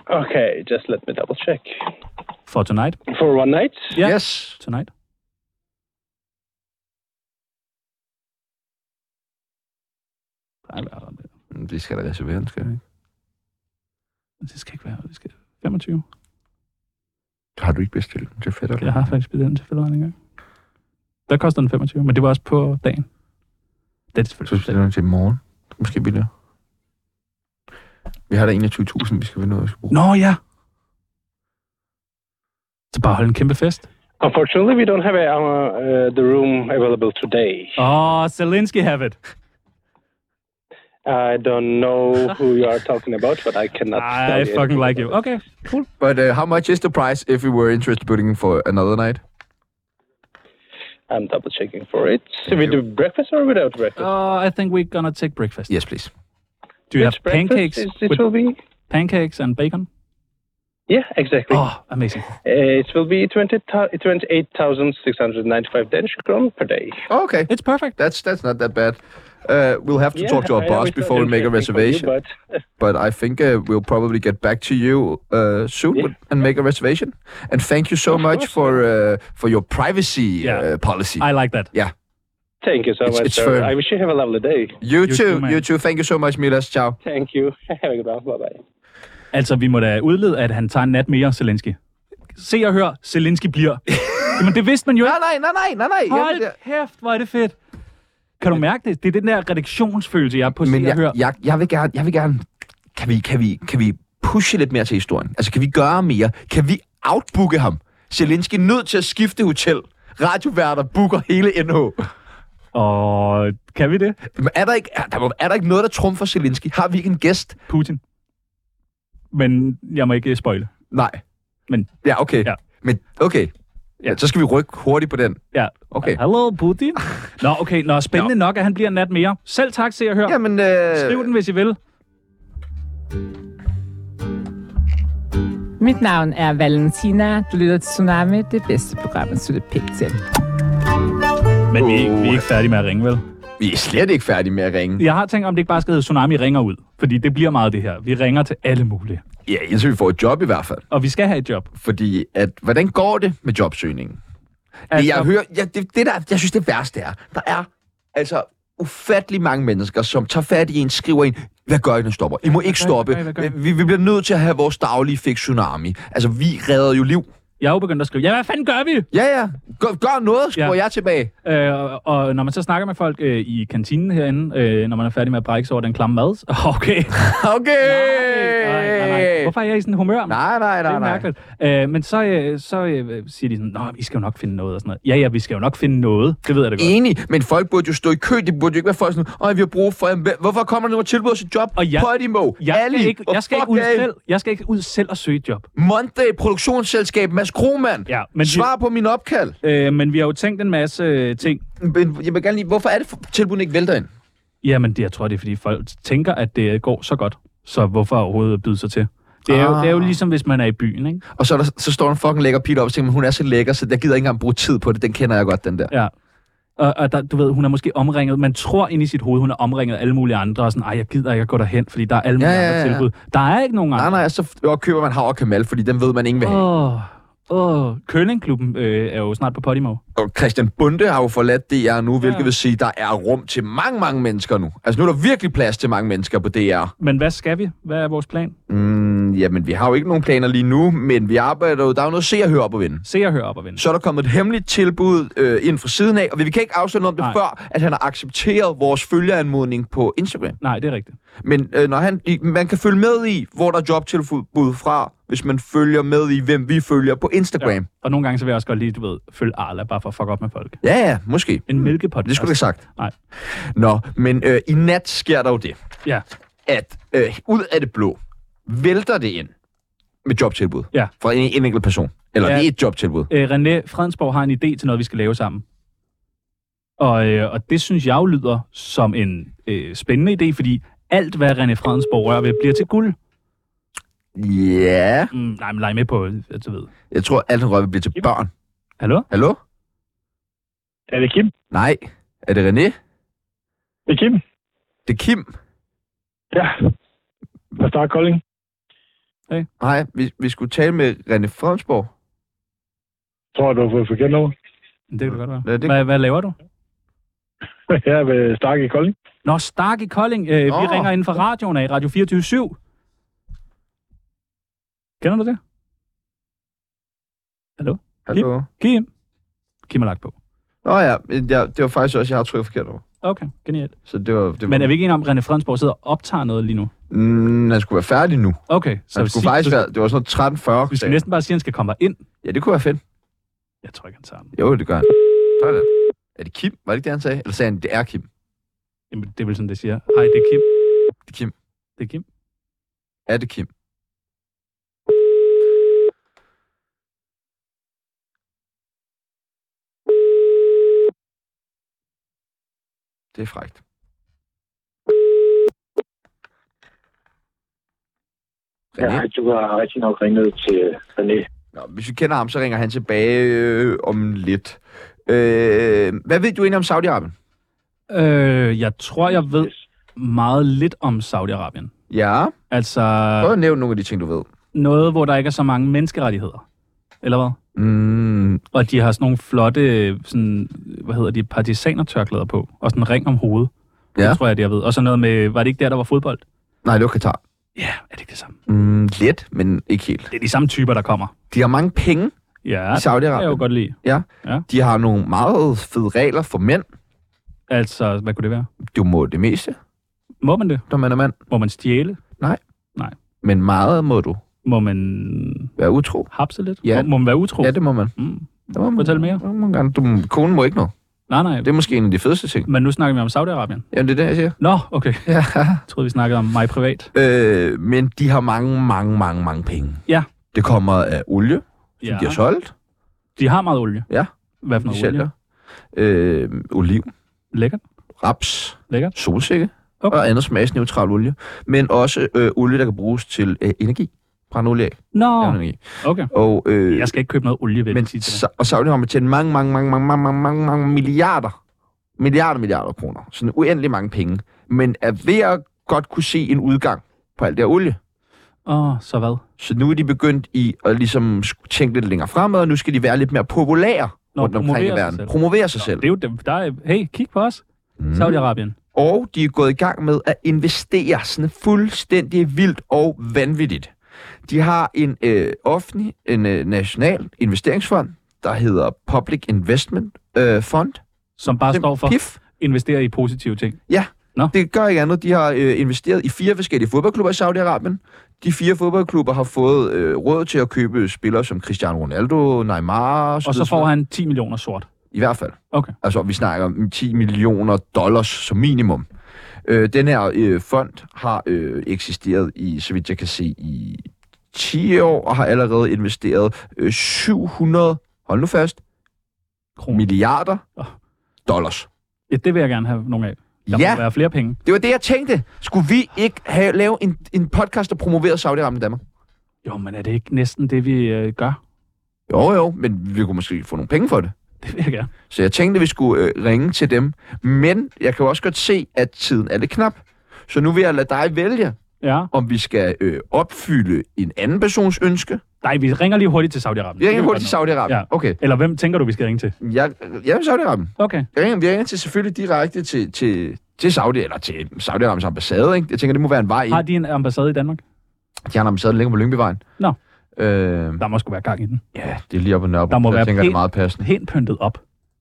Okay, just let me double check. For tonight? For one night? Yeah. Yes. Tonight. Det skal da reservere, skal det ikke? Det skal ikke være. Det skal 25. Har du ikke bestilt den til Fætter? Jeg har faktisk bestilt den til Fætter en gang. Der koster den 25, men det var også på dagen. Det er selvfølgelig. Så bestiller den til i morgen. Måske billigere. Vi har da 21.000, vi skal vinde noget, vi skal bruge. Nå ja! Så bare holde en kæmpe fest. Unfortunately, we don't have the room available today. Zelensky have it. I don't know who you are talking about, but I cannot tell I fucking like you. Okay, cool. But how much is the price if we were interested in booking for another night? I'm double checking for it. So we do breakfast or without breakfast? I think we're gonna take breakfast. Yes, please. Do you have pancakes? It will be pancakes and bacon? Yeah, exactly. Oh, amazing. It will be 28,695 Danish kroner per day. Okay. It's perfect. That's not that bad. We'll have to talk to our boss before we make a reservation. But I think we'll probably get back to you soon and make a reservation. And thank you so much for your privacy policy. I like that. Yeah. Thank you so much, sir. I wish you have a lovely day. You too. You too. Thank you so much, Milas. Ciao. Thank you. Have a good one. Bye-bye. Altså, vi må da udlede, at han tager en nat mere, Zelensky. Se og hør, Zelensky bliver. Jamen, det vidste man jo ikke. Nej. Hold kæft, hvor er det fedt. Kan du mærke det? Det er den der redaktionsfølelse, jeg er på Se og Hør. Jeg vil gerne... Kan vi pushe lidt mere til historien? Altså, kan vi gøre mere? Kan vi outbooke ham? Zelensky nødt til at skifte hotel. Radioværter booker hele NH. Og kan vi det? Men er der ikke noget, der trumfer Zelensky? Har vi ikke en gæst? Putin. Men jeg må ikke spoile. Nej. Men ja, okay. Ja. Men okay. Ja, så skal vi rykke hurtigt på den. Ja. Okay. Hello, Putin. Nå, okay. Nå, spændende nok, at han bliver en nat mere. Selv tak, Se og Hør. Jamen, skriv den, hvis I vil. Mit navn er Valentina. Du lytter til Tsunami, det bedste program, at slutte pænt til. Men vi er ikke færdige med at ringe, vel? Vi er slet ikke færdige med at ringe. Jeg har tænkt, om det ikke bare skal hedde Tsunami ringer ud. Fordi det bliver meget det her. Vi ringer til alle mulige. Ja, indtil vi får et job i hvert fald. Og vi skal have et job. Fordi, hvordan går det med jobsøgningen? Altså, jeg synes, det værste er, der er altså ufattelig mange mennesker, som tager fat i en, skriver en, hvad gør I, når stopper? I må ikke stoppe. Vi bliver nødt til at have vores daglige fix Tsunami. Altså, vi redder jo liv. Jeg er jo begyndt at skrive, ja, hvad fanden gør vi? Ja. Gør noget, skriver jeg tilbage. Og når man så snakker med folk i kantinen herinde, når man er færdig med at brække sig over den klamme mad, okay. Nej. Hvorfor er jeg i sådan en humør? Nej. Det er mærkeligt. Men så siger de sådan, nå, I skal jo nok finde noget og sådan noget. Ja, vi skal jo nok finde noget. Det ved jeg da godt. Enig, men folk burde jo stå i kø. Det burde jo ikke være folk sådan, vi har brug for en... Hvorfor kommer der noget tilbud os et job? Podimo, jeg skal ikke ud selv og søge et job. Monday, produktionsselskab, Mads Krohmann. Ja, men svar på min opkald. Men vi har jo tænkt en masse ting. Men jeg vil gerne lige... Hvorfor er det, tilbuddet ikke vælter ind? Jamen, jeg tror, det er, fordi folk tænker, at det går så godt. Så hvorfor overhovedet byde sig til? Det er jo ligesom, hvis man er i byen, ikke? Og så står en fucking lækker pige op og tænker, hun er så lækker, så jeg gider ikke engang bruge tid på det. Den kender jeg godt, den der. Ja. Og der, du ved, hun er måske omringet. Man tror inde i sit hoved, hun er omringet af alle mulige andre. Og sådan, jeg gider ikke at gå derhen, fordi der er alle mulige andre tilbud. Der er ikke nogen andre. Nej, så køber man Hav og Kamal, fordi den ved man ingen vil have. Køllingklubben er jo snart på Podimo. Og Christian Bunde har jo forladt DR nu, hvilket vil sige, der er rum til mange mennesker nu. Altså nu er der virkelig plads til mange mennesker på DR. Men hvad skal vi? Hvad er vores plan? Jamen, vi har jo ikke nogen planer lige nu, men vi arbejder jo. Der er jo noget Se og Hør op at vinde. Se og Hør op at vinde. Så er der kommet et hemmeligt tilbud ind fra siden af, og vi kan ikke afsløre noget om det før, at han har accepteret vores følgeranmodning på Instagram. Nej, det er rigtigt. Men man kan følge med i, hvor der er jobtilbud fra, hvis man følger med i, hvem vi følger på Instagram. Ja. Og nogle gange så vil jeg også godt lige, følge Arla, bare for at fuck op med folk. Ja, måske. En mælkepodcast. Det skulle du ikke sagt. Nej. Nå, men i nat sker der jo det, at ud af det blå, vælter det ind med jobtilbud fra en enkelt person. Eller det er et jobtilbud. René Fredensborg har en idé til noget, vi skal lave sammen. Og det synes jeg jo lyder som en spændende idé, fordi alt, hvad René Fredensborg rører ved, bliver til guld. Ja. Nej, men lege med på, du ved. Jeg tror, alt han rører ved bliver til børn. Hallo? Er det Kim? Nej. Er det René? Det er Kim. Det er Kim? Ja. Hvad starter Kolding? Hey. Hej, vi skulle tale med René Fredensborg. Tror du har fået forkert nummer? Det kan det godt være. Hvad laver du? Jeg er ved Stark i Kolding. Nå, Stark i Kolding. Vi ringer inden for radioen af, Radio 24/7. Kender du det? Hallo? Hallo? Kim har lagt på. Ja, det var faktisk også, jeg har trykket forkert over. Okay, genialt. Så det var... Men er vi ikke enige om, at René Fredensborg sidder og optager noget lige nu? Han skulle være færdig nu. Okay. Så han skulle faktisk være... Det var sådan noget 13:40. Vi skal næsten bare sige, at han skal komme ind. Ja, det kunne være fedt. Jeg tror ikke, han tager den. Jo, det gør han. Sådan. Er det Kim? Var det ikke det, han sagde? Eller sagde han, det er Kim? Jamen, det er vel sådan, det siger. Hej, det er Kim. Det er Kim. Det er Kim. Er det Kim? Det er frækt. Ja, du har rigtig nok ringet til René. Nå, hvis vi kender ham, så ringer han tilbage om lidt. Hvad ved du egentlig om Saudi-Arabien? Jeg tror, jeg ved meget lidt om Saudi-Arabien. Ja? Altså... Prøv at nævne nogle af de ting, du ved. Noget, hvor der ikke er så mange menneskerettigheder. Eller hvad? Og de har sådan nogle flotte, sådan, partisanertørklæder på. Og sådan en ring om hovedet. Ja. Det tror jeg, det jeg ved. Og så noget med, var det ikke der var fodbold? Nej, det var Katar. Ja, er det ikke det samme? Lidt, men ikke helt. Det er de samme typer, der kommer. De har mange penge i Saudi-Arabien. Det kan jeg jo godt lide. Ja. De har nogle meget fede regler for mænd. Altså, hvad kunne det være? Du må det meste. Må man det? Når man er mand. Må man stjæle? Nej. Nej. Men meget må du. Må man... være utro? Hapse lidt? Ja. Må man være utro? Ja, det må man. Det må man. Fortæl mere. Konen må ikke noget. Nej. Det er måske en af de fedeste ting. Men nu snakker vi om Saudi-Arabien. Jamen, det er det, jeg siger. Nå, okay. Ja. Jeg troede, vi snakkede om mig privat. Men de har mange penge. Ja. Det kommer af olie, som de har solgt. De har meget olie? Ja. Hvad for noget olie? Oliv. Lækkert. Raps. Lækkert. Solsikke. Okay. Og andet smagsneutral olie. Men også olie, der kan bruges til energi. Brændolie af. Nå. Okay. Og, jeg skal ikke købe noget olie, vil jeg sige til det. Og Saudi har tjent mange milliarder kroner. Sådan uendelig mange penge. Men er ved at godt kunne se en udgang på alt det her olie. Så hvad? Så nu er de begyndt i at ligesom tænke lidt længere fremad, og nu skal de være lidt mere populære rundt omkring i verden. Promovere sig selv. Det er jo dem, der er, hey, kig på os. Saudi-Arabien. Og de er gået i gang med at investere sådan fuldstændig vildt og vanvittigt. De har en national investeringsfond, der hedder Public Investment Fund. Som bare står for PIF. Investere i positive ting. Ja, det gør ikke andet. De har investeret i 4 forskellige fodboldklubber i Saudi-Arabien. De 4 fodboldklubber har fået råd til at købe spillere som Cristiano Ronaldo, Neymar... Og så får han 10 millioner sort. I hvert fald. Okay. Altså, vi snakker om $10 millioner som minimum. Den her fond har eksisteret i, så vidt jeg kan se, i 10 år, og har allerede investeret 700, hold nu fast, milliarder dollars. Ja, det vil jeg gerne have nogle af. Der må være flere penge. Det var det, jeg tænkte. Skulle vi ikke lave en podcast, der promoverede Saudi-Arabien i Danmark? Jo, men er det ikke næsten det, vi gør? Jo, men vi kunne måske få nogle penge for det. Det vil jeg gerne. Så jeg tænkte, at vi skulle ringe til dem. Men jeg kan også godt se, at tiden er lidt knap. Så nu vil jeg lade dig vælge, om vi skal opfylde en anden persons ønske. Nej, vi ringer lige hurtigt til Saudi-Arabien. Vi ringer hurtigt til Saudi-Arabien? Ja. Okay. Eller hvem tænker du, vi skal ringe til? Jeg er Saudi-Arabien. Okay. Vi ringer til selvfølgelig direkte til Saudi, eller til Saudi-Arabiens ambassade, ikke? Jeg tænker, det må være en vej ind. Har de en ambassade i Danmark? De har en ambassade længere på Lyngbyvejen. Nå. Der må sgu være gang i den. Ja, det er lige op ad Nørrebro. Der må være tænker, det er meget passende. Helt pyntet op.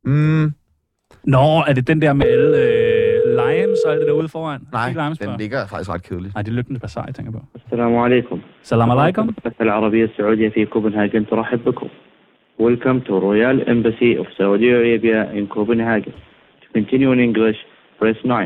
Nå, er det den der med alle lions og alt det der ude foran? Nej, den ligger faktisk ret kedeligt. Nej, det er Lygtens Bazaar, jeg tænker på. Assalamu alaikum. Salam alaikum. العربية السعودية في كوبنهاجن ترحب بكم. Welcome to Royal Embassy of Saudi Arabia in Copenhagen. To continue in English, press 9.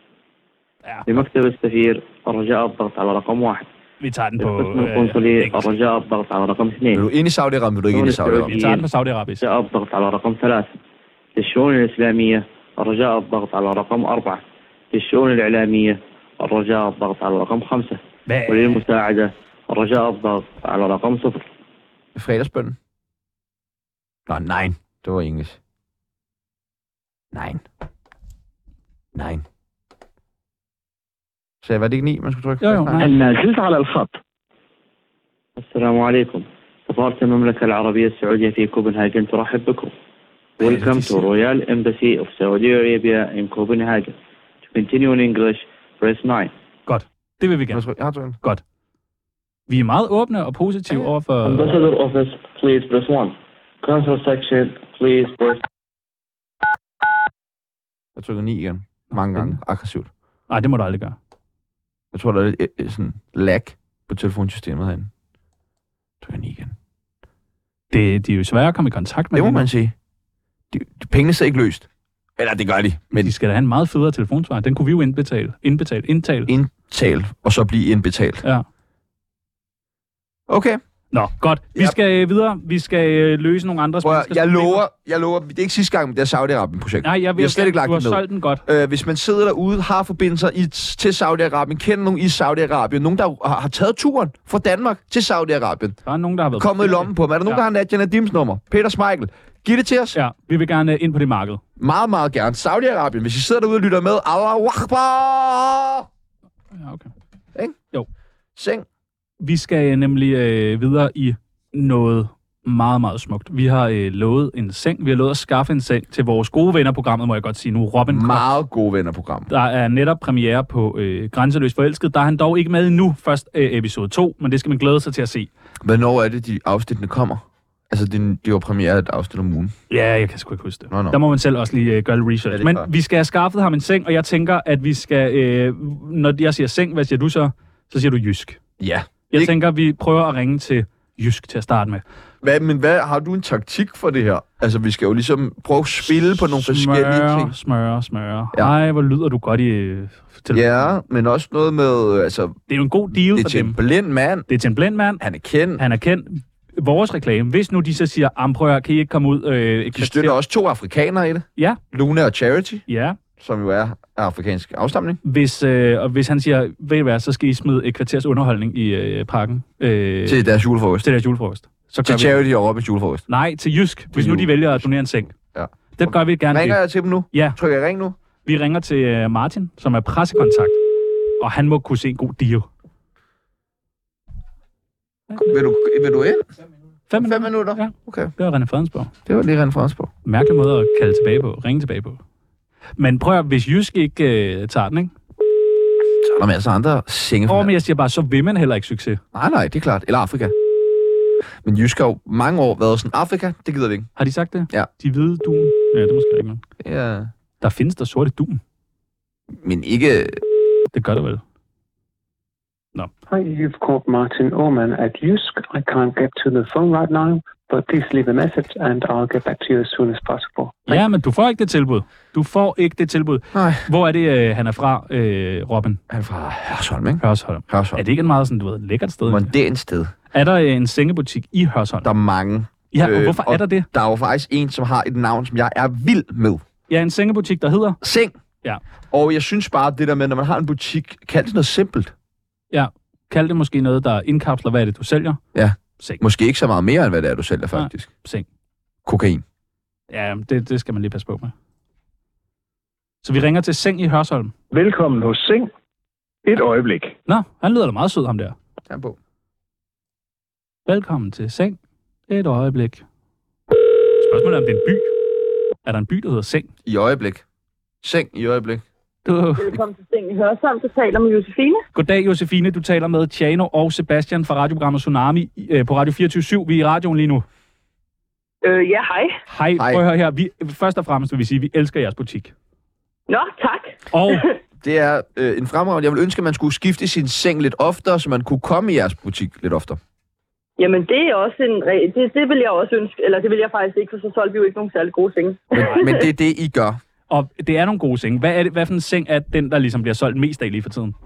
لمكتب السفير الرجاء الضغط على رقم 1. Vi tager den på القسم القنصلي الرجاء الضغط على رقم 2. Er du inde i Saudi-Arabien, vil du ikke ind i Saudi-Arabien? Vi tager den på Saudi-Arabisk. الرجاء الضغط على رقم 3. للشؤون الإسلامية الرجاء الضغط على رقم 4. للشؤون الإعلامية الرجاء الضغط على رقم 5. وللمساعدة الرجاء الضغط على رقم 0. Fredagsbønnen? Nå, nej. Det var engelsk. Nej. Så var det ikke 9, man skulle trykke? Jo, nej. النازلت على الخط السلام عليكم. سفارة المملكة العربية السعودية في كوبنهاجن ترحب بكم. Welcome to Royal Embassy of Saudi Arabia in Copenhagen. To continue in English, press 9. Godt. Det vil vi gerne. Godt. Vi er meget åbne og positive over for... Ambassador Office, please press 1. Consul Section, please press... Jeg trykker 9 igen. Mange gange. Aggressivt. Nej, det må du aldrig gøre. Jeg tror, der er lidt sådan lag på telefonsystemet herinde. Jeg trykker 9 igen. De er jo svære at komme i kontakt med. Det må man sige. Pengene er ikke løst. Eller det gør de. Men de skal da have en meget federe telefonsvar. Den kunne vi jo indtale. Indtale, og så blive indbetalt. Ja. Okay. Nå, godt. Vi skal videre. Vi skal løse nogle andre spørgsmål. Jeg lover, det er ikke sidste gang med det her Saudi-Arabien-projekt. Nej, jeg har slet ikke lagt det ned. Du har solgt den godt. Hvis man sidder derude, har forbindelser til Saudi-Arabien, kender nogen i Saudi-Arabien, nogen, der har taget turen fra Danmark til Saudi-Arabien. Der er nogen, der har været kommet i lommen på dem. Er der nogen, der har Nadia Nadims nummer? Peter Smeichel. Giv det til os. Ja, vi vil gerne ind på det marked. Meget, meget gerne. Saudi-Arabien, hvis I sidder derude og lytter med. Allahu Akbar! Ja, okay. Ikke? Jo. Seng. Vi skal nemlig videre i noget meget, meget smukt. Vi har lovet en seng. Vi har lovet at skaffe en seng til vores gode venner-programmet, må jeg godt sige nu. Robin meget gode venner-program. Der er netop premiere på Grænseløs Forelsket. Der er han dog ikke med endnu. Først episode 2, men det skal man glæde sig til at se. Hvornår er det, de afsnittene kommer? Altså, de var premiere et afsnit om ugen. Ja, jeg kan sgu ikke huske det. No. Der må man selv også lige gøre lidt research. Men vi skal have skaffet ham en seng, og jeg tænker, at vi skal... når jeg siger seng, hvad siger du så? Så siger du jysk. Ja. Jeg tænker, vi prøver at ringe til jysk til at starte med. Hvad har du en taktik for det her? Altså, vi skal jo ligesom prøve at spille på nogle forskellige ting. Smøre. Ja. Ej, hvor lyder du godt i telefonen. Ja, men også noget med... Altså, det er jo en god deal for dem. Det er til en blind mand. Det er til en blind mand. Han er kendt. Vores reklame. Hvis nu de så siger, prøv, kan I ikke komme ud... de støtter også 2 afrikanere i det. Ja. Luna og Charity. Ja. Som jo er afrikansk afstamning. Hvis han siger, ved I hvad, så skal I smide et kvarters underholdning i parken. Til deres julefrokost. Så til Charity og Robins julefrokost. Nej, til Jysk. Hvis nu de vælger at donere en seng. Ja. Det gør vi gerne. Ringer jeg til dem nu? Ja. Trykker jeg ring nu? Vi ringer til Martin, som er pressekontakt. Og han må kunne se en god deal. Vil du ind? 5 minutter? Ja. Okay. Det var René Fredensborg. Det var lige René Fredensborg. Mærkelig måde at kalde tilbage på. Ringe tilbage på. Men prøv at, hvis Jysk ikke tager den, ikke? Så er der masser af andre senge. Men jeg siger bare, så vil man heller ikke succes. Nej, det er klart. Eller Afrika. Men Jysk har jo mange år været sådan, Afrika, det gider vi ikke. Har de sagt det? Ja. De hvide dun? Ja, det er måske ikke, man. Ja. Der findes der sorte dun. Men ikke... Det gør der vel. No. Hi, you've called Martin Orman at Jysk. I can't get to the phone right now, but please leave a message, and I'll get back to you as soon as possible. Ja, men du får ikke det tilbud. Nej. Hvor er det, han er fra, Robin? Han er fra Hørsholm, ikke? Hørsholm. Er det ikke en meget sådan, lækkert sted? Mondænt sted. Er der en sengebutik i Hørsholm? Der er mange. Ja, og hvorfor er der det? Der er jo faktisk en, som har et navn, som jeg er vild med. Ja, en sengebutik, der hedder? Seng. Ja. Og jeg synes bare, det der med, når man har en butik, kald det noget simpelt. Ja. Kald det måske noget, der indkapsler, hvad er det, du sælger? Ja. Seng. Måske ikke så meget mere, end hvad det er, du sælger, faktisk. Seng. Kokain. Ja, det skal man lige passe på med. Så vi ringer til Seng i Hørsholm. Velkommen hos Seng. Et øjeblik. Nå, han lyder da meget sød, ham der. Ja, på. Velkommen til Seng. Et øjeblik. Spørgsmålet er, om det er en by. Er der en by, der hedder Seng? I øjeblik. Seng i øjeblik. Velkommen til Seng i Hørsholm. Du taler med Josefine. Goddag, Josefine. Du taler med Tjano og Sebastian fra radioprogrammet Tsunami på Radio 24/7. Vi er i radioen lige nu. Ja, hej. Hej. Prøv at høre her. Først og fremmest vil vi sige, at vi elsker jeres butik. Nå, tak. Og det er en fremragende. Jeg vil ønske, at man skulle skifte sin seng lidt oftere, så man kunne komme i jeres butik lidt oftere. Jamen, det er også det vil jeg også ønske. Eller det vil jeg faktisk ikke, for så solgte vi jo ikke nogen særlig gode senge. Men det er det, I gør. Og det er nogle gode senge. Hvad for en seng er den, der ligesom bliver solgt mest af lige for tiden?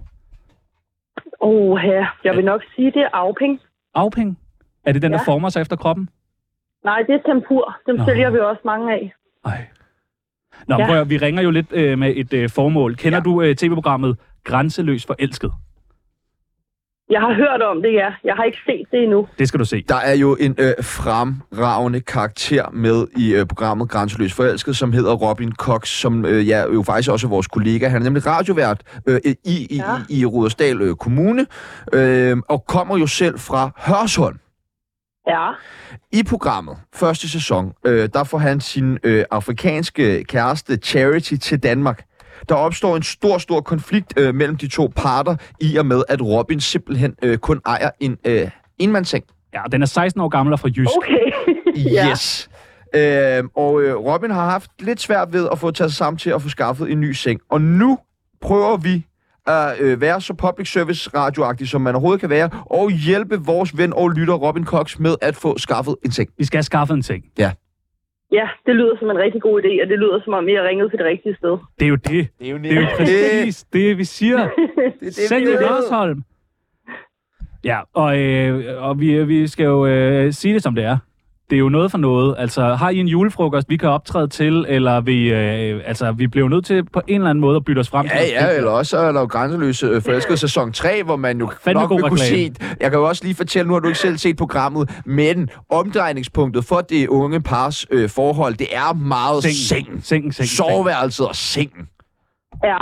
Jeg vil nok sige, det er Auping. Auping? Er det den, der former sig efter kroppen? Nej, det er Tempur. Dem sælger vi også mange af. Nå, prøv at, vi ringer jo lidt med et formål. Kender du tv-programmet Grænseløs Forelsket? Jeg har hørt om det, ja. Jeg har ikke set det endnu. Det skal du se. Der er jo en fremragende karakter med i programmet Grænseløs Forelsket, som hedder Robin Cox, som jo faktisk også er vores kollega. Han er nemlig radiovært i Rudersdal Kommune, og kommer jo selv fra Hørsholm. Ja. I programmet, første sæson, der får han sin afrikanske kæreste Charity til Danmark. Der opstår en stor konflikt mellem de to parter, i og med, at Robin simpelthen kun ejer en enmandsseng. Ja, den er 16 år gammel og fra Jysk. Okay. Yes. Og Robin har haft lidt svært ved at få taget sig sammen til at få skaffet en ny seng. Og nu prøver vi at være så public service radioagtig, som man overhovedet kan være, og hjælpe vores ven og lytter Robin Cox med at få skaffet en seng. Vi skal have skaffet en seng. Ja. Ja, det lyder som en rigtig god idé, og det lyder som om, I har ringet til det rigtige sted. Det er jo det. Det er jo præcis det, vi siger. Seng i Hørsholm. Ja, og vi skal jo sige det, som det er. Det er jo noget for noget. Altså, har I en julefrokost, vi kan optræde til, eller vi bliver nødt til på en eller anden måde at bytte os frem til? Ja, eller også er der jo Grænseløse Forelsket sæson 3, hvor man jo nok vil kunne se. Jeg kan jo også lige fortælle, nu har du ikke selv set programmet, men omdrejningspunktet for det unge pars forhold, det er meget sengen. Soveværelset og sengen. Ja.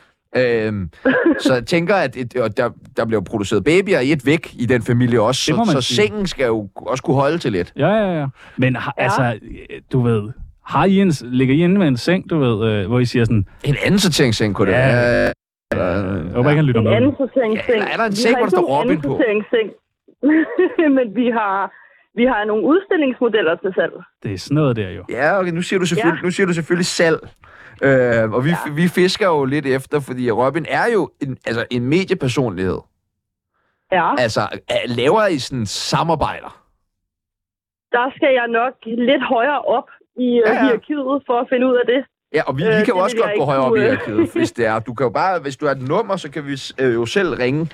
Så jeg tænker, at der bliver produceret babyer i et væk i den familie også, så sengen skal jo også kunne holde til lidt. Ja. Men altså, du ved, ligger I inde med en seng, du ved, hvor I siger sådan... En anden sorteringsseng kunne det være. Jeg håber ikke, han lytter med. En anden sorteringsseng. Ja, er der en seng, hvor der står Robin på? Men vi har nogle udstillingsmodeller til salg. Det er sådan noget der jo. Ja, okay, nu siger du selvfølgelig salg. Og vi fisker jo lidt efter, fordi Robin er jo en mediepersonlighed. Ja. Altså, laver I sådan samarbejder? Der skal jeg nok lidt højere op i hierarkiet for at finde ud af det. Ja, og vi kan jo også godt gå højere op i hierarkiet, hvis det er. Du kan jo bare, hvis du har et nummer, så kan vi jo selv ringe.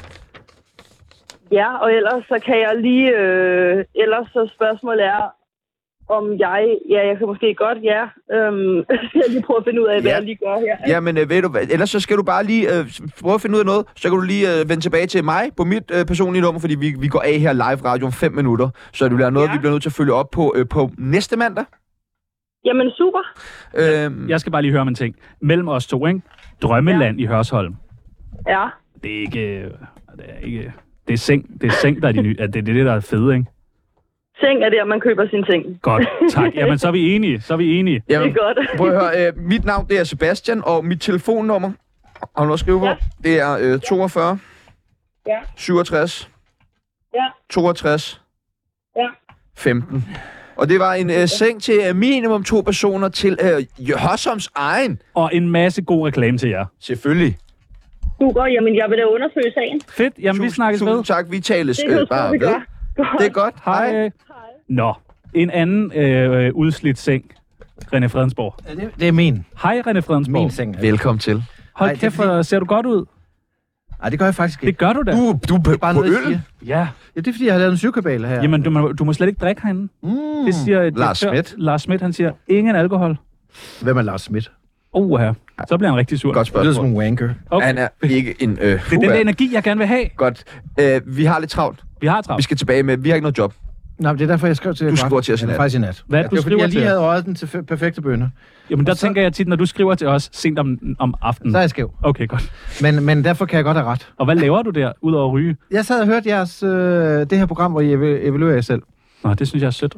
Ja, og ellers så kan jeg lige... ellers så spørgsmålet er, om jeg kan måske godt, skal jeg lige prøve at finde ud af, hvad jeg lige gør her. Ja, men ved du hvad, ellers så skal du bare lige prøve at finde ud af noget, så kan du lige vende tilbage til mig på mit personlige nummer, fordi vi går af her live radio om 5 minutter, så det bliver noget, vi bliver nødt til at følge op på næste mandag. Jamen, super. Jeg skal bare lige høre om en ting. Mellem os to, ikke? Drømmeland i Hørsholm. Ja. Det er ikke... Det er seng, der er de nye. Det er det, der er fede, ikke? Seng er der, man køber sin ting. Godt, tak. Jamen, så er vi enige. Jamen, det er godt. Prøv at høre, mit navn det er Sebastian, og mit telefonnummer, har du noget at skrive på? Det er 42 67 62 15. Og det var en seng til minimum 2 personer til Hørsholms egen. Og en masse god reklame til jer. Selvfølgelig. Super, jamen jeg vil da undersøge sagen. Fedt, jamen vi snakkes ved. Tak, vi tales bare ved. Det er godt. Hej. Nå, en anden udslidt seng. René Fredensborg. Det er min. Hej, René Fredensborg. Min seng. Velkommen til. Hold kæft, ser du godt ud? Nej, det gør jeg faktisk ikke. Det gør du da. Du er bare på øl? Ja. Det er fordi, jeg har lavet en syvkabale her. Jamen, du må slet ikke drikke herinde. Det siger Lars Schmidt, han siger, ingen alkohol. Hvem er Lars Schmidt? Her. Så bliver han rigtig sur. Godt spørgsmål. Det er som en wanker. Okay. Han er ikke en... det er den der energi, jeg gerne vil have. Godt. Vi har lidt travlt. Vi skal tilbage med... Vi har ikke noget job. Nej, det er derfor, jeg skrev til... Du skriver til os i nat. Faktisk i nat. Hvad du skriver jeg til? lige havde røget den til perfekte bønner. Jamen, der tænker jeg tit, når du skriver til os sent om aftenen. Så er jeg skæv. Okay, godt. Men derfor kan jeg godt have ret. Og hvad laver du der, udover at ryge? Jeg sad og hørte jeres... det her program, hvor I evaluerer jer selv. Nå, det synes jeg er sødt.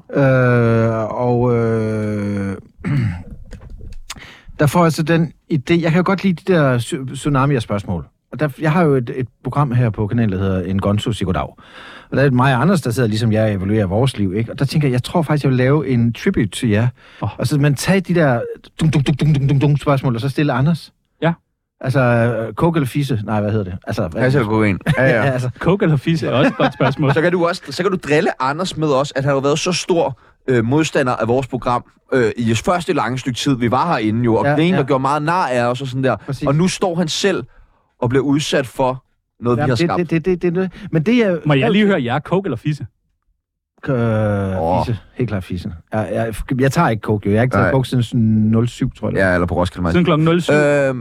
Der får altså den idé... Jeg kan jo godt lide de der tsunami-spørgsmål. Og jeg har jo et program her på kanalen, der hedder En Gonzo Sig Goddag. Og der er mig og Anders, der sidder ligesom jeg og evaluerer vores liv, ikke? Og der tænker jeg tror faktisk, jeg vil lave en tribute til jer. Og så man tager de der spørgsmål, og så stille Anders. Ja. Altså, coke eller fisse? Nej, hvad hedder det? Altså, hvad er kokain? Ja. Altså. Coke eller fisse er også et godt spørgsmål. Så kan du drille Anders med os, at han har været så stor modstander af vores program i første lange stykke tid. Vi var herinde jo, og den der gjorde meget nar af os og sådan der. Præcis. Og nu står han selv og bliver udsat for noget, vi har skabt. Men det er... Må jeg lige høre jer, coke eller fisse? Fisse. Helt klart fisse. Jeg tager ikke coke, jo. Jeg har ikke taget coke siden 07, tror jeg. Ja, eller på Roskilde Mars. Siden klokken 07?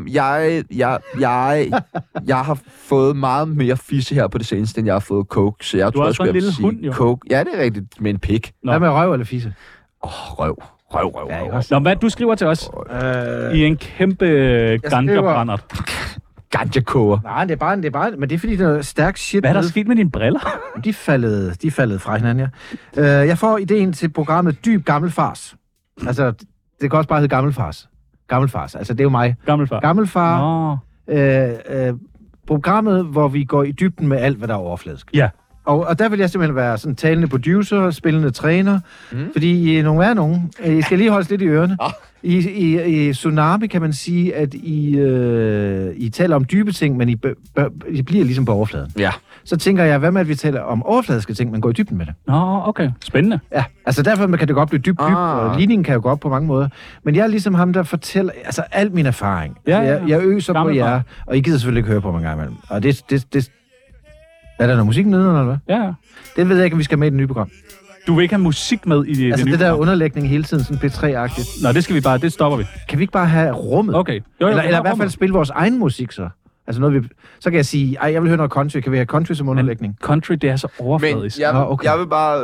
Jeg har fået meget mere fisse her på det seneste, end jeg har fået coke. Så jeg tror, jeg skulle sige hund, jo. Coke. Ja, det er rigtigt. Med en pik. Hvad med røv eller fisse? Røv. Ja, Nå, hvad du skriver til os? I en kæmpe ganja-brændert. Ganja-koger. Nej, det er bare, men det er fordi, der er stærk shit. Hvad er der sket med dine briller? De er faldet fra hinanden, ja. Jeg får ideen til programmet Dyb Gammelfars. Altså, det kan også bare hedde Gammelfars. Altså, det er jo mig. Gammelfar. Programmet, hvor vi går i dybden med alt, hvad der er overfladisk. Ja. Og der vil jeg simpelthen være sådan talende producer, spillende træner, fordi I er nogen. I skal lige holde lidt i ørerne. I Tsunami kan man sige, at I taler om dybe ting, men I bliver ligesom på overfladen. Ja. Så tænker jeg, hvad med at vi taler om overfladiske ting, men går i dybden med det? Nå, okay. Spændende. Ja, altså derfor kan det godt blive dybt, og ligningen kan jo gå op på mange måder. Men jeg er ligesom ham, der fortæller altså alt min erfaring. Ja, altså, jeg øser på jer, og I gider selvfølgelig ikke høre på mig en gang imellem. Og det er der noget musik nede, eller hvad? Ja. Det ved jeg ikke, om vi skal med i det nye program. Du vil ikke have musik med i det nye det der program? underlægning hele tiden, sådan P3-agtigt. Nå, det skal vi bare, det stopper vi. Kan vi ikke bare have rummet? Okay. Eller i hvert fald spille vores egen musik, så. Altså noget, så kan jeg sige, jeg vil høre noget country. Kan vi have country som underlægning? Men country, det er så overfladisk. Men jeg vil bare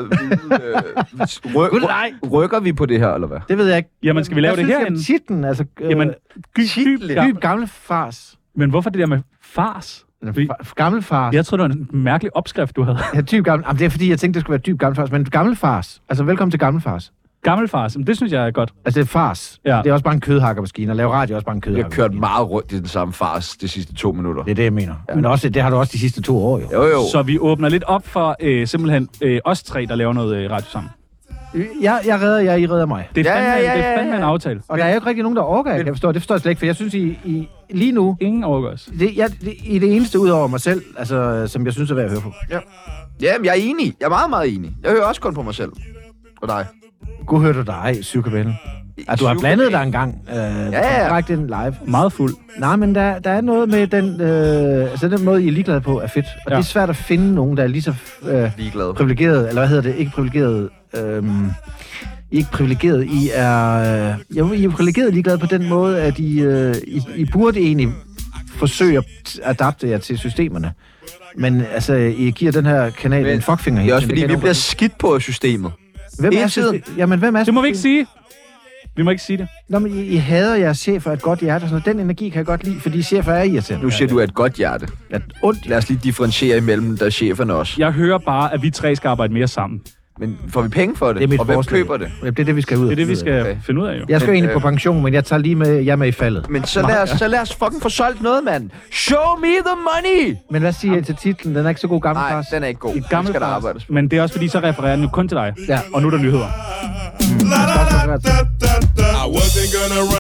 rykker vi på det her, eller hvad? Det ved jeg ikke. Jamen, skal vi lave det herinde? Titlen, altså... Jamen, dyb gammel fars. Men hvorfor det der med fars? Gammel fars. Jeg tror det var en mærkelig opskrift, du havde. Ja, dyb gammel. Jamen, det er fordi, jeg tænkte, det skulle være dyb gammel fars. Men gammel fars. Altså, velkommen til gammel fars. Gammel fars, det synes jeg er godt. Altså, det er fars. Ja. Det er også bare en kødhakkermaskine. At lave radio er også bare en kødhakkermaskine. Jeg har kørt meget rundt i den samme fars de sidste 2 minutter. Det er det, jeg mener. Ja. Men også, det har du også de sidste 2 år, jo. Jo. Så vi åbner lidt op for simpelthen os 3, der laver noget radio sammen. Jeg redder jer, I redder mig. Det er fandme en aftale. Og der er jo ikke rigtig nogen, der overgår, jeg forstår. Det forstår jeg slet ikke, for jeg synes, I lige nu... Ingen overgår os. I er det eneste ud over mig selv, altså, som jeg synes er værd at høre på. Ja, men jeg er enig. Jeg er meget, meget enig. Jeg hører også kun på mig selv. Og dig. God hørte du dig, syvkabellen. Du har blandet dig engang. Direkte den live. Meget fuld. Nej, men der er noget med den... altså den måde, I er ligeglade på, er fedt. Og det er svært at finde nogen, der er lige så privilegeret. Eller hvad hedder det? Ikke privilegeret... I er ikke privilegeret. I er privilegeret ligeglade på den måde, at I burde egentlig forsøge at adapte jer til systemerne. Men altså, I giver den her kanal en fuckfinger. Det er også fordi, vi bliver skidt på systemet. Hvem er systemet? Jamen, hvem er det må vi ikke sige. Vi må ikke sige det. Nå, men I hader jeres chefer et godt hjerte, så den energi kan jeg godt lide, fordi chefer er irriterende. Nu siger du et godt hjerte. Lad os lige differentiere imellem der cheferne også. Jeg hører bare, at vi 3 skal arbejde mere sammen. Men får vi penge for det? Det er mit og hvem forslag. køber det? Det er det, vi skal ud af. Det er det, vi skal finde ud af, jo. Jeg skal egentlig på pension, men jeg tager lige med jer med i faldet. Men så lad os fucking få solgt noget, mand. Show me the money! Men hvad siger I til titlen? Den er ikke så god, gammel fars. Nej, den er ikke god. Et gammel skal der fars. arbejdes. Men det er også fordi, så refererer den jo kun til dig. Ja. Og nu er der nyheder. I wasn't gonna run.